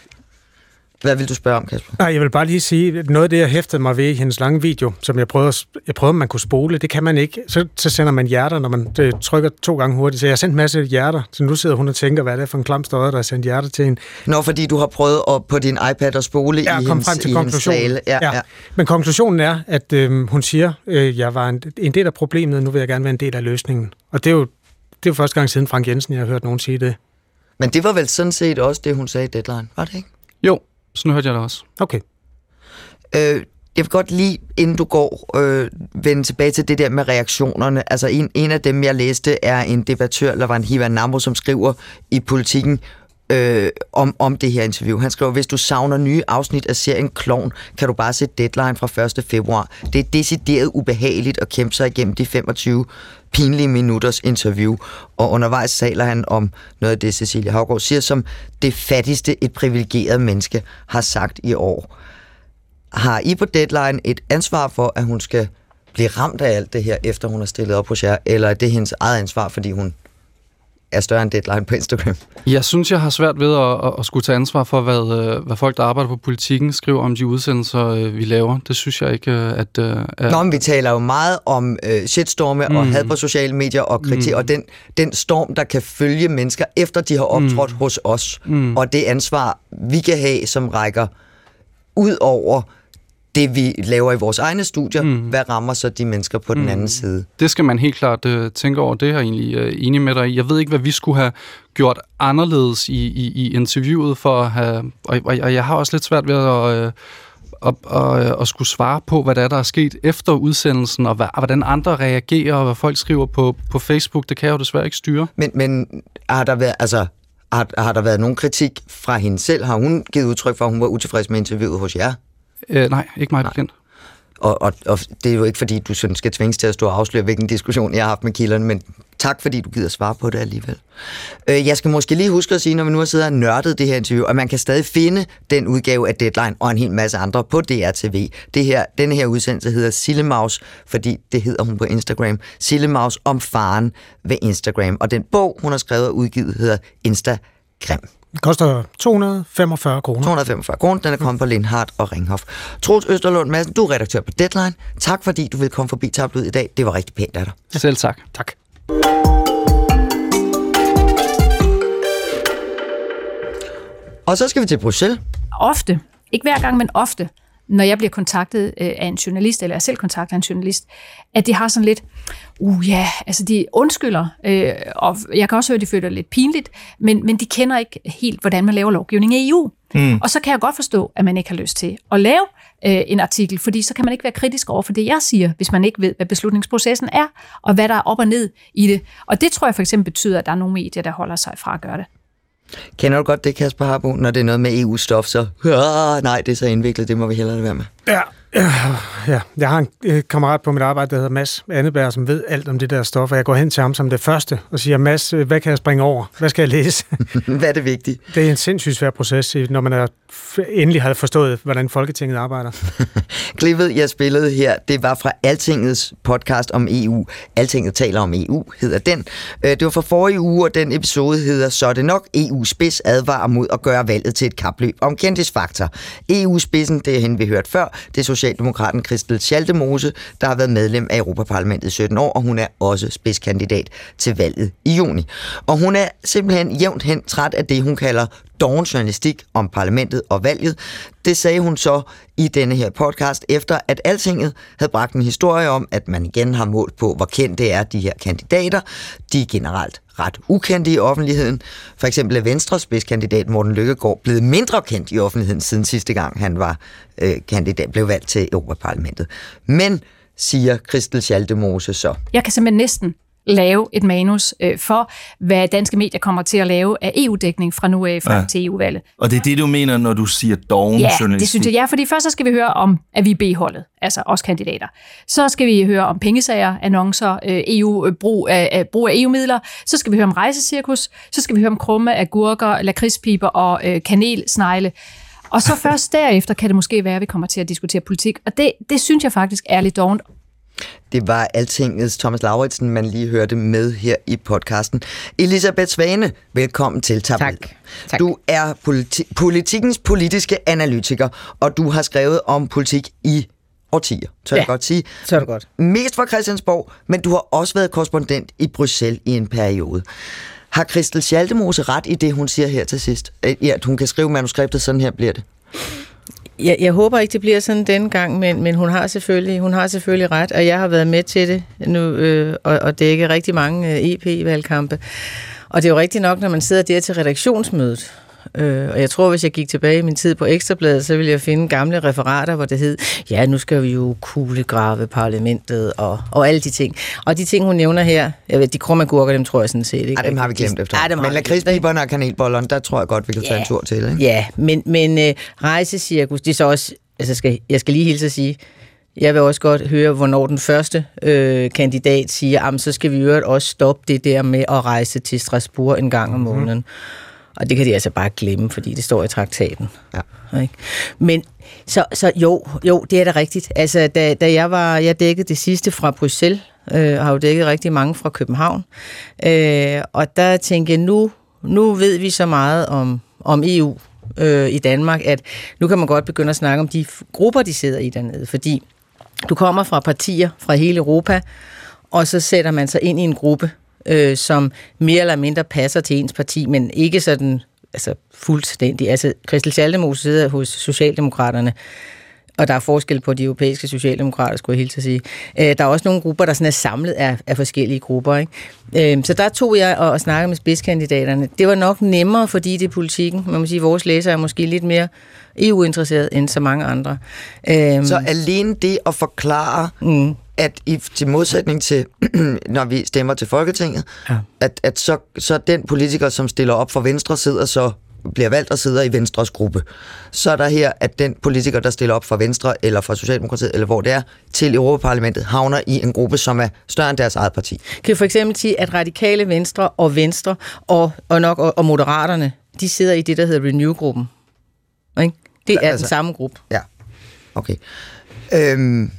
Hvad vil du spørge om, Kasper? Nej, jeg vil bare lige sige, at noget af det, jeg hæftede mig ved i hendes lange video, som jeg prøvede, jeg prøvede, om man kunne spole, det kan man ikke. Så, så sender man hjerter, når man det, trykker to gange hurtigt. Så jeg har sendt en masse hjerter, så nu sidder hun og tænker, hvad er det for en klam støder, der har sendt hjerter til hende. Nå, fordi du har prøvet op på din iPad at spole ja, i, kom hendes, frem til i hendes tale. Ja, ja. Ja. Men konklusionen er, at øh, hun siger, øh, jeg var en, en del af problemet, og nu vil jeg gerne være en del af løsningen. Og det er jo, det er jo første gang siden Frank Jensen, jeg har hørt nogen sige det. Men det var vel sådan set også det, hun sagde i Deadline, var det ikke? Jo. Sådan hørte jeg det også. Okay. Øh, jeg vil godt lige, inden du går, øh, vende tilbage til det der med reaktionerne. Altså en, en af dem, jeg læste, er en debattør, Lavan Hivanamo, som skriver i Politikken øh, om, om det her interview. Han skriver, hvis du savner nye afsnit af serien Klovn, kan du bare se Deadline fra første februar. Det er decideret ubehageligt at kæmpe sig igennem de femogtyve pinlige minutters interview, og undervejs taler han om noget af det, Cecilie Haugaard siger, som det fattigste et privilegeret menneske har sagt i år. Har I på Deadline et ansvar for, at hun skal blive ramt af alt det her, efter hun har stillet op hos jer, eller er det hendes eget ansvar, fordi hun er større end Deadline på Instagram? Jeg synes, jeg har svært ved at, at, at skulle tage ansvar for, hvad, hvad folk, der arbejder på Politikken, skriver om de udsendelser, vi laver. Det synes jeg ikke, at... at... Nå, men vi taler jo meget om uh, shitstorme mm. og had på sociale medier og kritik, mm. og den, den storm, der kan følge mennesker, efter de har optrådt mm. hos os. Mm. Og det ansvar, vi kan have, som rækker ud over det, vi laver i vores egne studier, mm. hvad rammer så de mennesker på mm. den anden side? Det skal man helt klart uh, tænke over. Det er jeg egentlig uh, enig med dig i. Jeg ved ikke, hvad vi skulle have gjort anderledes i, i, i interviewet for at have... Og, og, og jeg har også lidt svært ved at... Uh, Og, og, og skulle svare på, hvad der er, der er sket efter udsendelsen, og hvad, hvordan andre reagerer, og hvad folk skriver på, på Facebook. Det kan jeg jo desværre ikke styre. Men, men har der været, altså, har, har der været nogen kritik fra hende selv? Har hun givet udtryk for, at hun var utilfreds med interviewet hos jer? Øh, nej, ikke meget bekendt. Og, og, og det er jo ikke, fordi du sådan skal tvinges til at stå og afsløre, hvilken diskussion jeg har haft med kilderne, men tak, fordi du gider svare på det alligevel. Øh, jeg skal måske lige huske at sige, når vi nu har siddet og nørdet det her interview, at man kan stadig finde den udgave af Deadline og en hel masse andre på D R T V. Det her, denne her udsendelse hedder Sillemaus, fordi det hedder hun på Instagram. Sillemaus om faren ved Instagram. Og den bog, hun har skrevet og udgivet, hedder Instagram. Det koster to hundrede og femogfyrre kroner. to hundrede og femogfyrre kroner. Den er kommet på Lindhardt og Ringhof. Troels Østerlund Madsen, du er redaktør på Deadline. Tak fordi du vil komme forbi Tabloid i dag. Det var rigtig pænt af dig. Selv tak. Tak. Og så skal vi til Bruxelles. Ofte, ikke hver gang, men ofte, når jeg bliver kontaktet af en journalist, eller jeg selv kontakter en journalist, at de har sådan lidt, uh ja, altså de undskylder, øh, og jeg kan også høre, at de føler det lidt pinligt, men, men de kender ikke helt, hvordan man laver lovgivning i E U. Mm. Og så kan jeg godt forstå, at man ikke har lyst til at lave øh, en artikel, fordi så kan man ikke være kritisk over for det, jeg siger, hvis man ikke ved, hvad beslutningsprocessen er, og hvad der er op og ned i det. Og det tror jeg for eksempel betyder, at der er nogle medier, der holder sig fra at gøre det. Kender du godt det, Kasper Harbo, når det er noget med E U-stof, så øh, nej, det er så indviklet, det må vi hellere være med. Ja, ja, ja. Jeg har en øh, kammerat på mit arbejde, der hedder Mads Anneberg, som ved alt om det der stof, og jeg går hen til ham som det første og siger, Mads, hvad kan jeg springe over? Hvad skal jeg læse? Hvad er det vigtigt? Det er en sindssygt svær proces, når man er endelig har forstået, hvordan Folketinget arbejder. Klippet, jeg spillede her, det var fra Altingets podcast om E U. Altinget taler om E U, hedder den. Det var fra forrige uge, og den episode hedder Så er det nok. E U-spids advarer mod at gøre valget til et kapløb om kendisfaktor. E U-spidsen, det er hende, vi hørt før, det er socialdemokraten Christel Schaldemose, der har været medlem af Europaparlamentet i sytten år, og hun er også spidskandidat til valget i juni. Og hun er simpelthen jævnt hen træt af det, hun kalder doven journalistik om parlamentet og valget. Det sagde hun så i denne her podcast, efter at Altinget havde bragt en historie om, at man igen har målt på, hvor kendt det er, de her kandidater. De er generelt ret ukendte i offentligheden. For eksempel er Venstres spidskandidat Morten Løkkegaard blevet mindre kendt i offentligheden siden sidste gang, han var øh, kandidat, blev valgt til Europaparlamentet. Men, siger Christel Schaldemose så. Jeg kan simpelthen næsten lave et manus øh, for, hvad danske medier kommer til at lave af E U-dækning fra nu af frem ja. til E U-valget. Og det er det, du mener, når du siger doven Ja, journalistik? det synes jeg. Ja, fordi først så skal vi høre om, at vi er B-holdet, altså os kandidater. Så skal vi høre om pengesager, annoncer, øh, E U, brug af, af, brug af E U-midler. Så skal vi høre om rejsecirkus. Så skal vi høre om krumme, agurker, lakridspiber og øh, kanelsnegle. Og så først derefter kan det måske være, at vi kommer til at diskutere politik. Og det, det synes jeg faktisk er lidt dovent. Det var Altingets Thomas Lauritsen, man lige hørte med her i podcasten. Elisabeth Svane, velkommen til Tablet. Tak. tak. Du er politi- politikens politiske analytiker, og du har skrevet om politik i årtier, tør ja, jeg godt sige. tør du godt. Mest fra Christiansborg, men du har også været korrespondent i Bruxelles i en periode. Har Christel Schaldemose ret i det, hun siger her til sidst? Ja, hun kan skrive manuskriptet, sådan her bliver det. Jeg, jeg håber ikke, det bliver sådan denne gang, men, men hun, har selvfølgelig, hun har selvfølgelig ret, og jeg har været med til det nu, øh, og, og dække rigtig mange øh, E P-valgkampe. Og det er jo rigtigt nok, når man sidder der til redaktionsmødet, øh, og jeg tror, hvis jeg gik tilbage i min tid på Ekstrabladet, så ville jeg finde gamle referater, hvor det hed, ja, nu skal vi jo kuglegrave parlamentet og, og alle de ting. Og de ting, hun nævner her, jeg ved, de krumagurker, dem tror jeg sådan set ikke. Ja, dem har vi glemt efter. Ja, men lakridspiberne og kanelbollerne, der tror jeg godt, vi kan tage ja, en tur til. Ikke? Ja, men, men øh, rejsecirkus, det er så også, altså skal, jeg skal lige hilse at sige, jeg vil også godt høre, hvornår den første øh, kandidat siger, jamen så skal vi jo også stoppe det der med at rejse til Strasbourg en gang om måneden. Mm. Og det kan de altså bare glemme, fordi det står i traktaten. Ja. Ikke? Men så, så jo, jo, det er da rigtigt. Altså, da, da jeg var, jeg dækkede det sidste fra Bruxelles, øh, har jo dækket rigtig mange fra København, øh, og der tænkte jeg, nu, nu ved vi så meget om, om E U øh, i Danmark, at nu kan man godt begynde at snakke om de grupper, de sidder i dernede, fordi du kommer fra partier fra hele Europa, og så sætter man sig ind i en gruppe, Øh, som mere eller mindre passer til ens parti, men ikke sådan altså fuldstændig. Altså, Christel Schaldemose sidder hos Socialdemokraterne, og der er forskel på de europæiske socialdemokrater, skulle jeg hilse at sige. Øh, der er også nogle grupper, der sådan er samlet af, af forskellige grupper. Ikke? Øh, så der tog jeg og, og snakkede med spidskandidaterne. Det var nok nemmere, fordi det er politikken. Man må sige, at vores læsere er måske lidt mere E U-interesseret end så mange andre. Øh, så alene det at forklare, mm. at i, til modsætning til, når vi stemmer til Folketinget, ja. at, at så, så den politiker, som stiller op for Venstre, sidder så bliver valgt og sidder i Venstres gruppe. Så er der her, at den politiker, der stiller op for Venstre, eller for Socialdemokratiet, eller hvor det er, til Europaparlamentet, havner i en gruppe, som er større end deres eget parti. Kan for eksempel sige, at Radikale Venstre og Venstre, og, og nok og, og Moderaterne, de sidder i det, der hedder Renew-gruppen. Ikke? Det er altså den samme gruppe. Ja, okay. Øhm,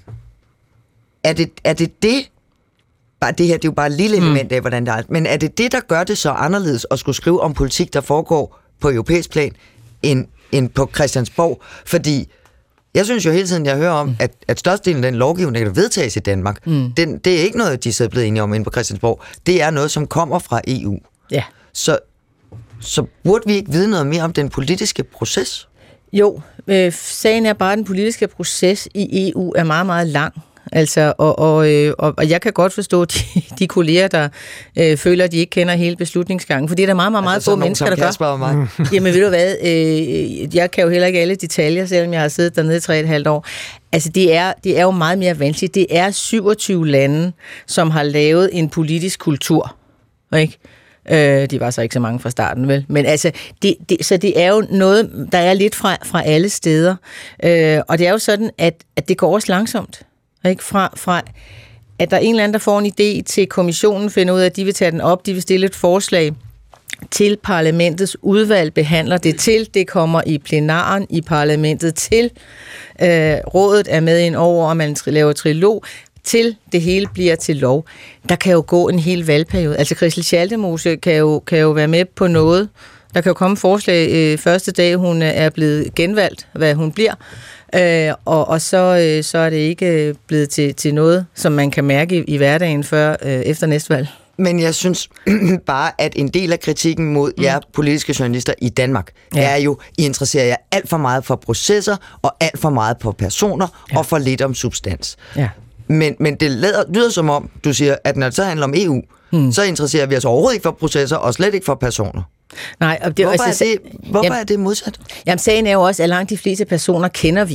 er, det, er det det, bare det her, det er jo bare et lille element mm. af, hvordan det er, men er det det, der gør det så anderledes at skulle skrive om politik, der foregår på europæisk plan, end, end på Christiansborg? Fordi jeg synes jo hele tiden, jeg hører om, mm. at, at størstedelen af den lovgivning, der vedtages i Danmark, mm. den, det er ikke noget, de er blevet enige om inde på Christiansborg. Det er noget, som kommer fra E U. Ja. Så, så burde vi ikke vide noget mere om den politiske proces? Jo, øh, sagen er bare, at den politiske proces i E U er meget, meget lang. Altså, og, og, og, og jeg kan godt forstå de, de kolleger, der øh, føler, at de ikke kender hele beslutningsgangen, fordi der er meget, meget, meget altså, få mennesker, der Kasper gør. Mig. Jamen ved du hvad, øh, jeg kan jo heller ikke alle detaljer, selvom jeg har siddet dernede i tre og et halvt år. Altså, det er, det er jo meget mere vanskeligt. Det er syvogtyve lande, som har lavet en politisk kultur, ikke? Øh, de var så ikke så mange fra starten, vel? Men altså, det, det, så det er jo noget, der er lidt fra, fra alle steder. Øh, og det er jo sådan, at, at det går også langsomt. Ikke? Fra, fra at der er en eller anden, der får en idé til kommissionen, finder ud af, at de vil tage den op, de vil stille et forslag til parlamentets udvalg, behandler det til, det kommer i plenaren i parlamentet til, øh, rådet er med ind over, og man laver trilog, til det hele bliver til lov. Der kan jo gå en hel valgperiode. Altså Christel Schaldemose kan jo, kan jo være med på noget. Der kan jo komme forslag øh, første dag, hun er blevet genvalgt, hvad hun bliver. Øh, og, og så, øh, så er det ikke blevet til, til noget, som man kan mærke i, i hverdagen før øh, efter næste valg. Men jeg synes bare, at en del af kritikken mod mm. jer politiske journalister i Danmark, ja. er jo, I interesserer jer alt for meget for processer, og alt for meget på personer, ja. og for lidt om substans. Ja. Men, men det lyder, lyder som om, du siger, at når det så handler om E U, mm. så interesserer vi os overhovedet ikke for processer, og slet ikke for personer. Nej, og det, hvorfor altså, er det, hvorfor jamen, er det modsat? Jamen, sagen er jo også, at langt de fleste personer kender vi ikke.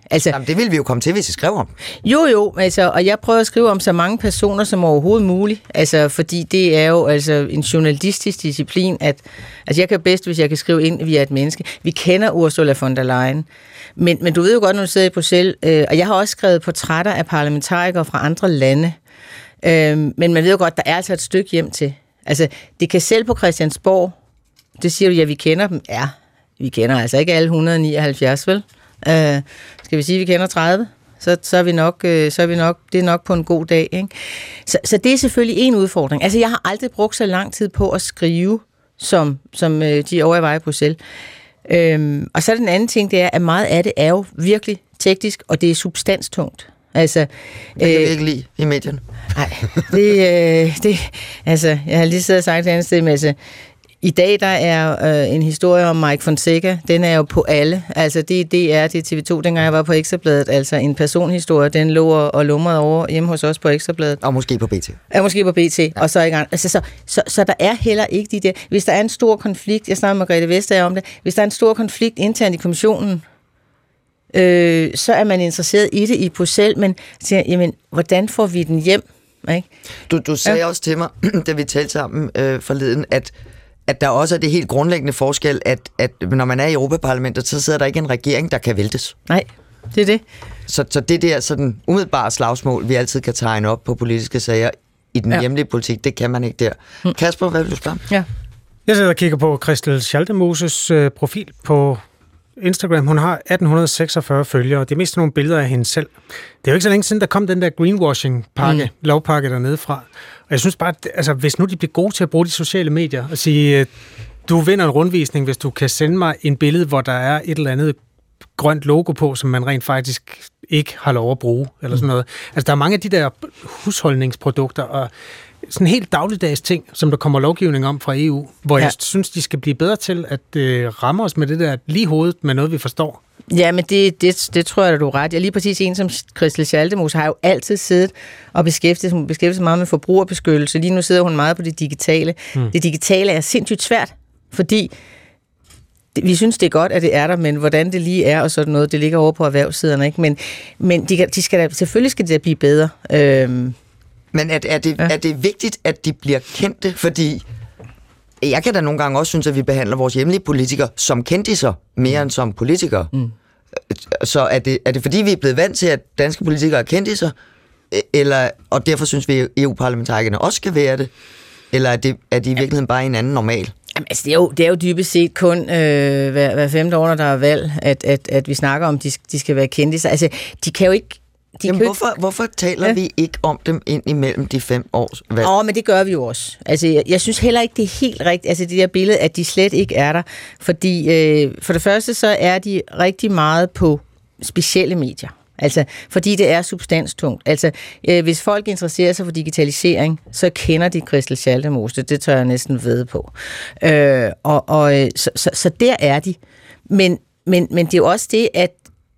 Altså, Jamen, det ville vi jo komme til, hvis vi skrev om. Jo, jo, altså, og jeg prøver at skrive om så mange personer som overhovedet muligt, altså, fordi det er jo altså, en journalistisk disciplin, at altså, jeg kan bedst, hvis jeg kan skrive ind via et menneske. Vi kender Ursula von der Leyen, men, men du ved jo godt, når du sidder i Bruxelles, øh, og jeg har også skrevet portrætter af parlamentarikere fra andre lande, øh, men man ved jo godt, der er altså et stykke hjem til. Altså, det kan selv på Christiansborg, det siger du, ja, vi kender dem, ja, vi kender altså ikke alle et hundrede og nioghalvfjerds, vel? Uh, skal vi sige, at vi kender tredive? Så, så, er vi nok, uh, så er vi nok, det er nok på en god dag, ikke? Så, så det er selvfølgelig en udfordring. Altså, jeg har aldrig brugt så lang tid på at skrive, som, som uh, de over i vej i Bruxelles. Um, og så er den anden ting, det er, at meget af det er jo virkelig teknisk, og det er substanstungt. Altså, det kan øh, vi ikke lide i medierne. Nej, det, øh, det, altså, jeg har lige siddet og sagt et andet sted, men altså, i dag der er øh, en historie om Mike Fonseca, den er jo på alle, altså det er D R, det er T V to, dengang jeg var på Ekstrabladet, altså en personhistorie, den lå og lumrede over hjemme hos os på Ekstrabladet. Og måske på B T. Ja, måske på B T, ja. Og så i gang. Altså, så, så, så der er heller ikke de der, hvis der er en stor konflikt, jeg snakker med Margrethe Vestager om det, hvis der er en stor konflikt internt i kommissionen, øh, så er man interesseret i det i Bruxelles, men siger, jamen, hvordan får vi den hjem? Ikke? Du, du sagde ja. også til mig, da vi talte sammen øh, forleden, at at der også er det helt grundlæggende forskel, at, at når man er i Europaparlamentet, så sidder der ikke en regering, der kan væltes. Nej, det er det. Så, så det der sådan umiddelbare slagsmål, vi altid kan tegne op på politiske sager i den ja. hjemlige politik, det kan man ikke der. Hmm. Kasper, hvad vil du spørge? Ja. Jeg sidder og kigger på Christel Schaldemoses øh, profil på Instagram. Hun har atten seksogfyrre følgere, og det er mest nogle billeder af hende selv. Det er jo ikke så længe siden, der kom den der greenwashing-pakke, mm. lovpakke dernede fra. Og jeg synes bare, at altså, hvis nu de bliver gode til at bruge de sociale medier og sige, du vinder en rundvisning, hvis du kan sende mig en billede, hvor der er et eller andet grønt logo på, som man rent faktisk ikke har lov at bruge, eller sådan noget. Altså, der er mange af de der husholdningsprodukter og sådan helt dagligdags ting, som der kommer lovgivning om fra E U, hvor ja. jeg synes, de skal blive bedre til at øh, ramme os med det der lige hovedet med noget, vi forstår. Ja, men det, det, det tror jeg, at du er ret. Jeg lige præcis en som Christel Schaldemose har jo altid siddet og beskæftiget, hun beskæftiger sig meget med forbrugerbeskyttelse. Lige nu sidder hun meget på det digitale. Hmm. Det digitale er sindssygt svært, fordi vi synes, det er godt, at det er der, men hvordan det lige er og sådan noget, det ligger over på erhvervssiderne, ikke? Men, men de, de skal da, selvfølgelig skal det da blive bedre. Øhm, Men er, er, det, ja. er det vigtigt, at de bliver kendte? Fordi jeg kan da nogle gange også synes, at vi behandler vores hjemlige politikere som kendiser, mere end som politikere. Mm. Så er det, er det fordi, vi er blevet vant til, at danske politikere er kendiser, eller, og derfor synes vi, at E U-parlamentarikerne også skal være det? Eller er, det, er de i virkeligheden bare en anden normal? Jamen, altså, det, er jo, det er jo dybest set kun øh, hver, hver femte år, når der er valg, at, at, at vi snakker om, at de, de skal være kendiser. Altså, de kan jo ikke De Jamen, hvorfor, ikke... hvorfor taler ja. vi ikke om dem ind imellem de fem års valg? Åh, men det gør vi jo også. Altså, jeg, jeg synes heller ikke, det er helt rigtigt, altså det der billede, at de slet ikke er der. Fordi øh, for det første, så er de rigtig meget på specielle medier. Altså, fordi det er substanstungt. Altså, øh, hvis folk interesserer sig for digitalisering, så kender de Christel Schaldemose. Det tør jeg næsten ved på. Øh, og, og, så, så, så der er de. Men, men, men det er jo også det, at,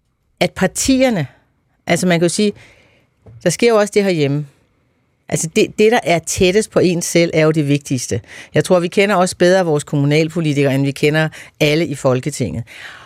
at partierne, altså man kan jo sige, der sker jo også det herhjemme. Altså det, det, der er tættest på en selv, er jo det vigtigste. Jeg tror, vi kender også bedre vores kommunalpolitikere, end vi kender alle i Folketinget.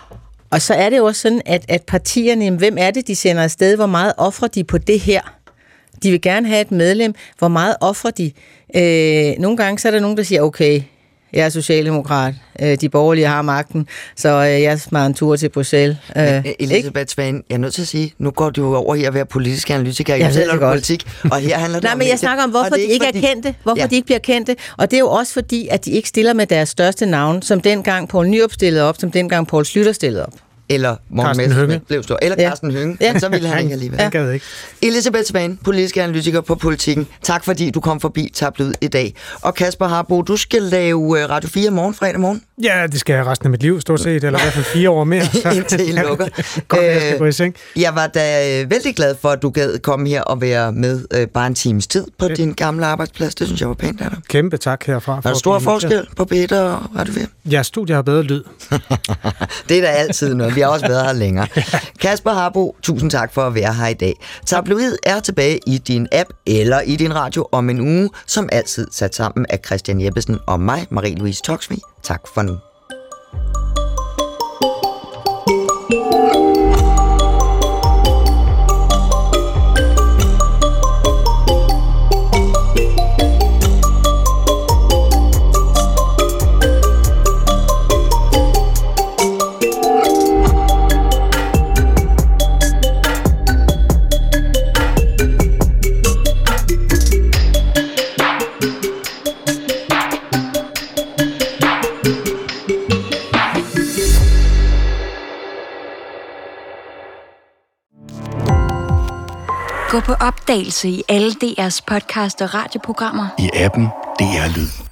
Og så er det jo også sådan, at, at partierne, hvem er det, de sender afsted? Hvor meget offrer de på det her? De vil gerne have et medlem. Hvor meget offrer de? Øh, nogle gange så er der nogen, der siger, okay, jeg er socialdemokrat, de borgerlige har magten, så jeg smager en tur til Bruxelles. Men, Elisabeth Svane, jeg er nødt til at sige, nu går du over her at være politisk analytiker, jeg taler om politik, og her handler det Nej, om... men jeg snakker om, hvorfor de ikke fordi... er kendte, hvorfor ja. de ikke bliver kendte, og det er jo også fordi, at de ikke stiller med deres største navn, som dengang Poul Nyrup stillede op, som dengang Poul Schlüter stillede op. Eller Morten Messerschmidt blev stor. Eller Carsten ja. Hønge. Ja. Så ville han ikke alligevel. Ja. Ikke. Elisabeth Svane, politisk analytiker på Politikken. Tak fordi du kom forbi Tabloid i dag. Og Kasper Harbo, du skal lave Radio fire morgen, fredag morgen. Ja, det skal jeg resten af mit liv, stort set. Eller i hvert fald fire år mere. Indtil I lukker. Kom, jeg skal gå i seng. Jeg var da vældig glad for, at du gad komme her og være med øh, bare en times tid på okay. din gamle arbejdsplads. Det synes jeg var pænt af dig. Kæmpe tak herfra. Er der stor forskel på B et og Radio fire? Ja, studiet har bedre lyd. Det er da altid noget. Vi har også været her længere. Kasper Harbo, tusind tak for at være her i dag. Tabloid er tilbage i din app eller i din radio om en uge, som altid sat sammen af Christian Jeppesen og mig, Marie-Louise Toksvig. Tak for nu. Gå på opdagelse i alle D R's podcast og radioprogrammer. I appen D R Lyd.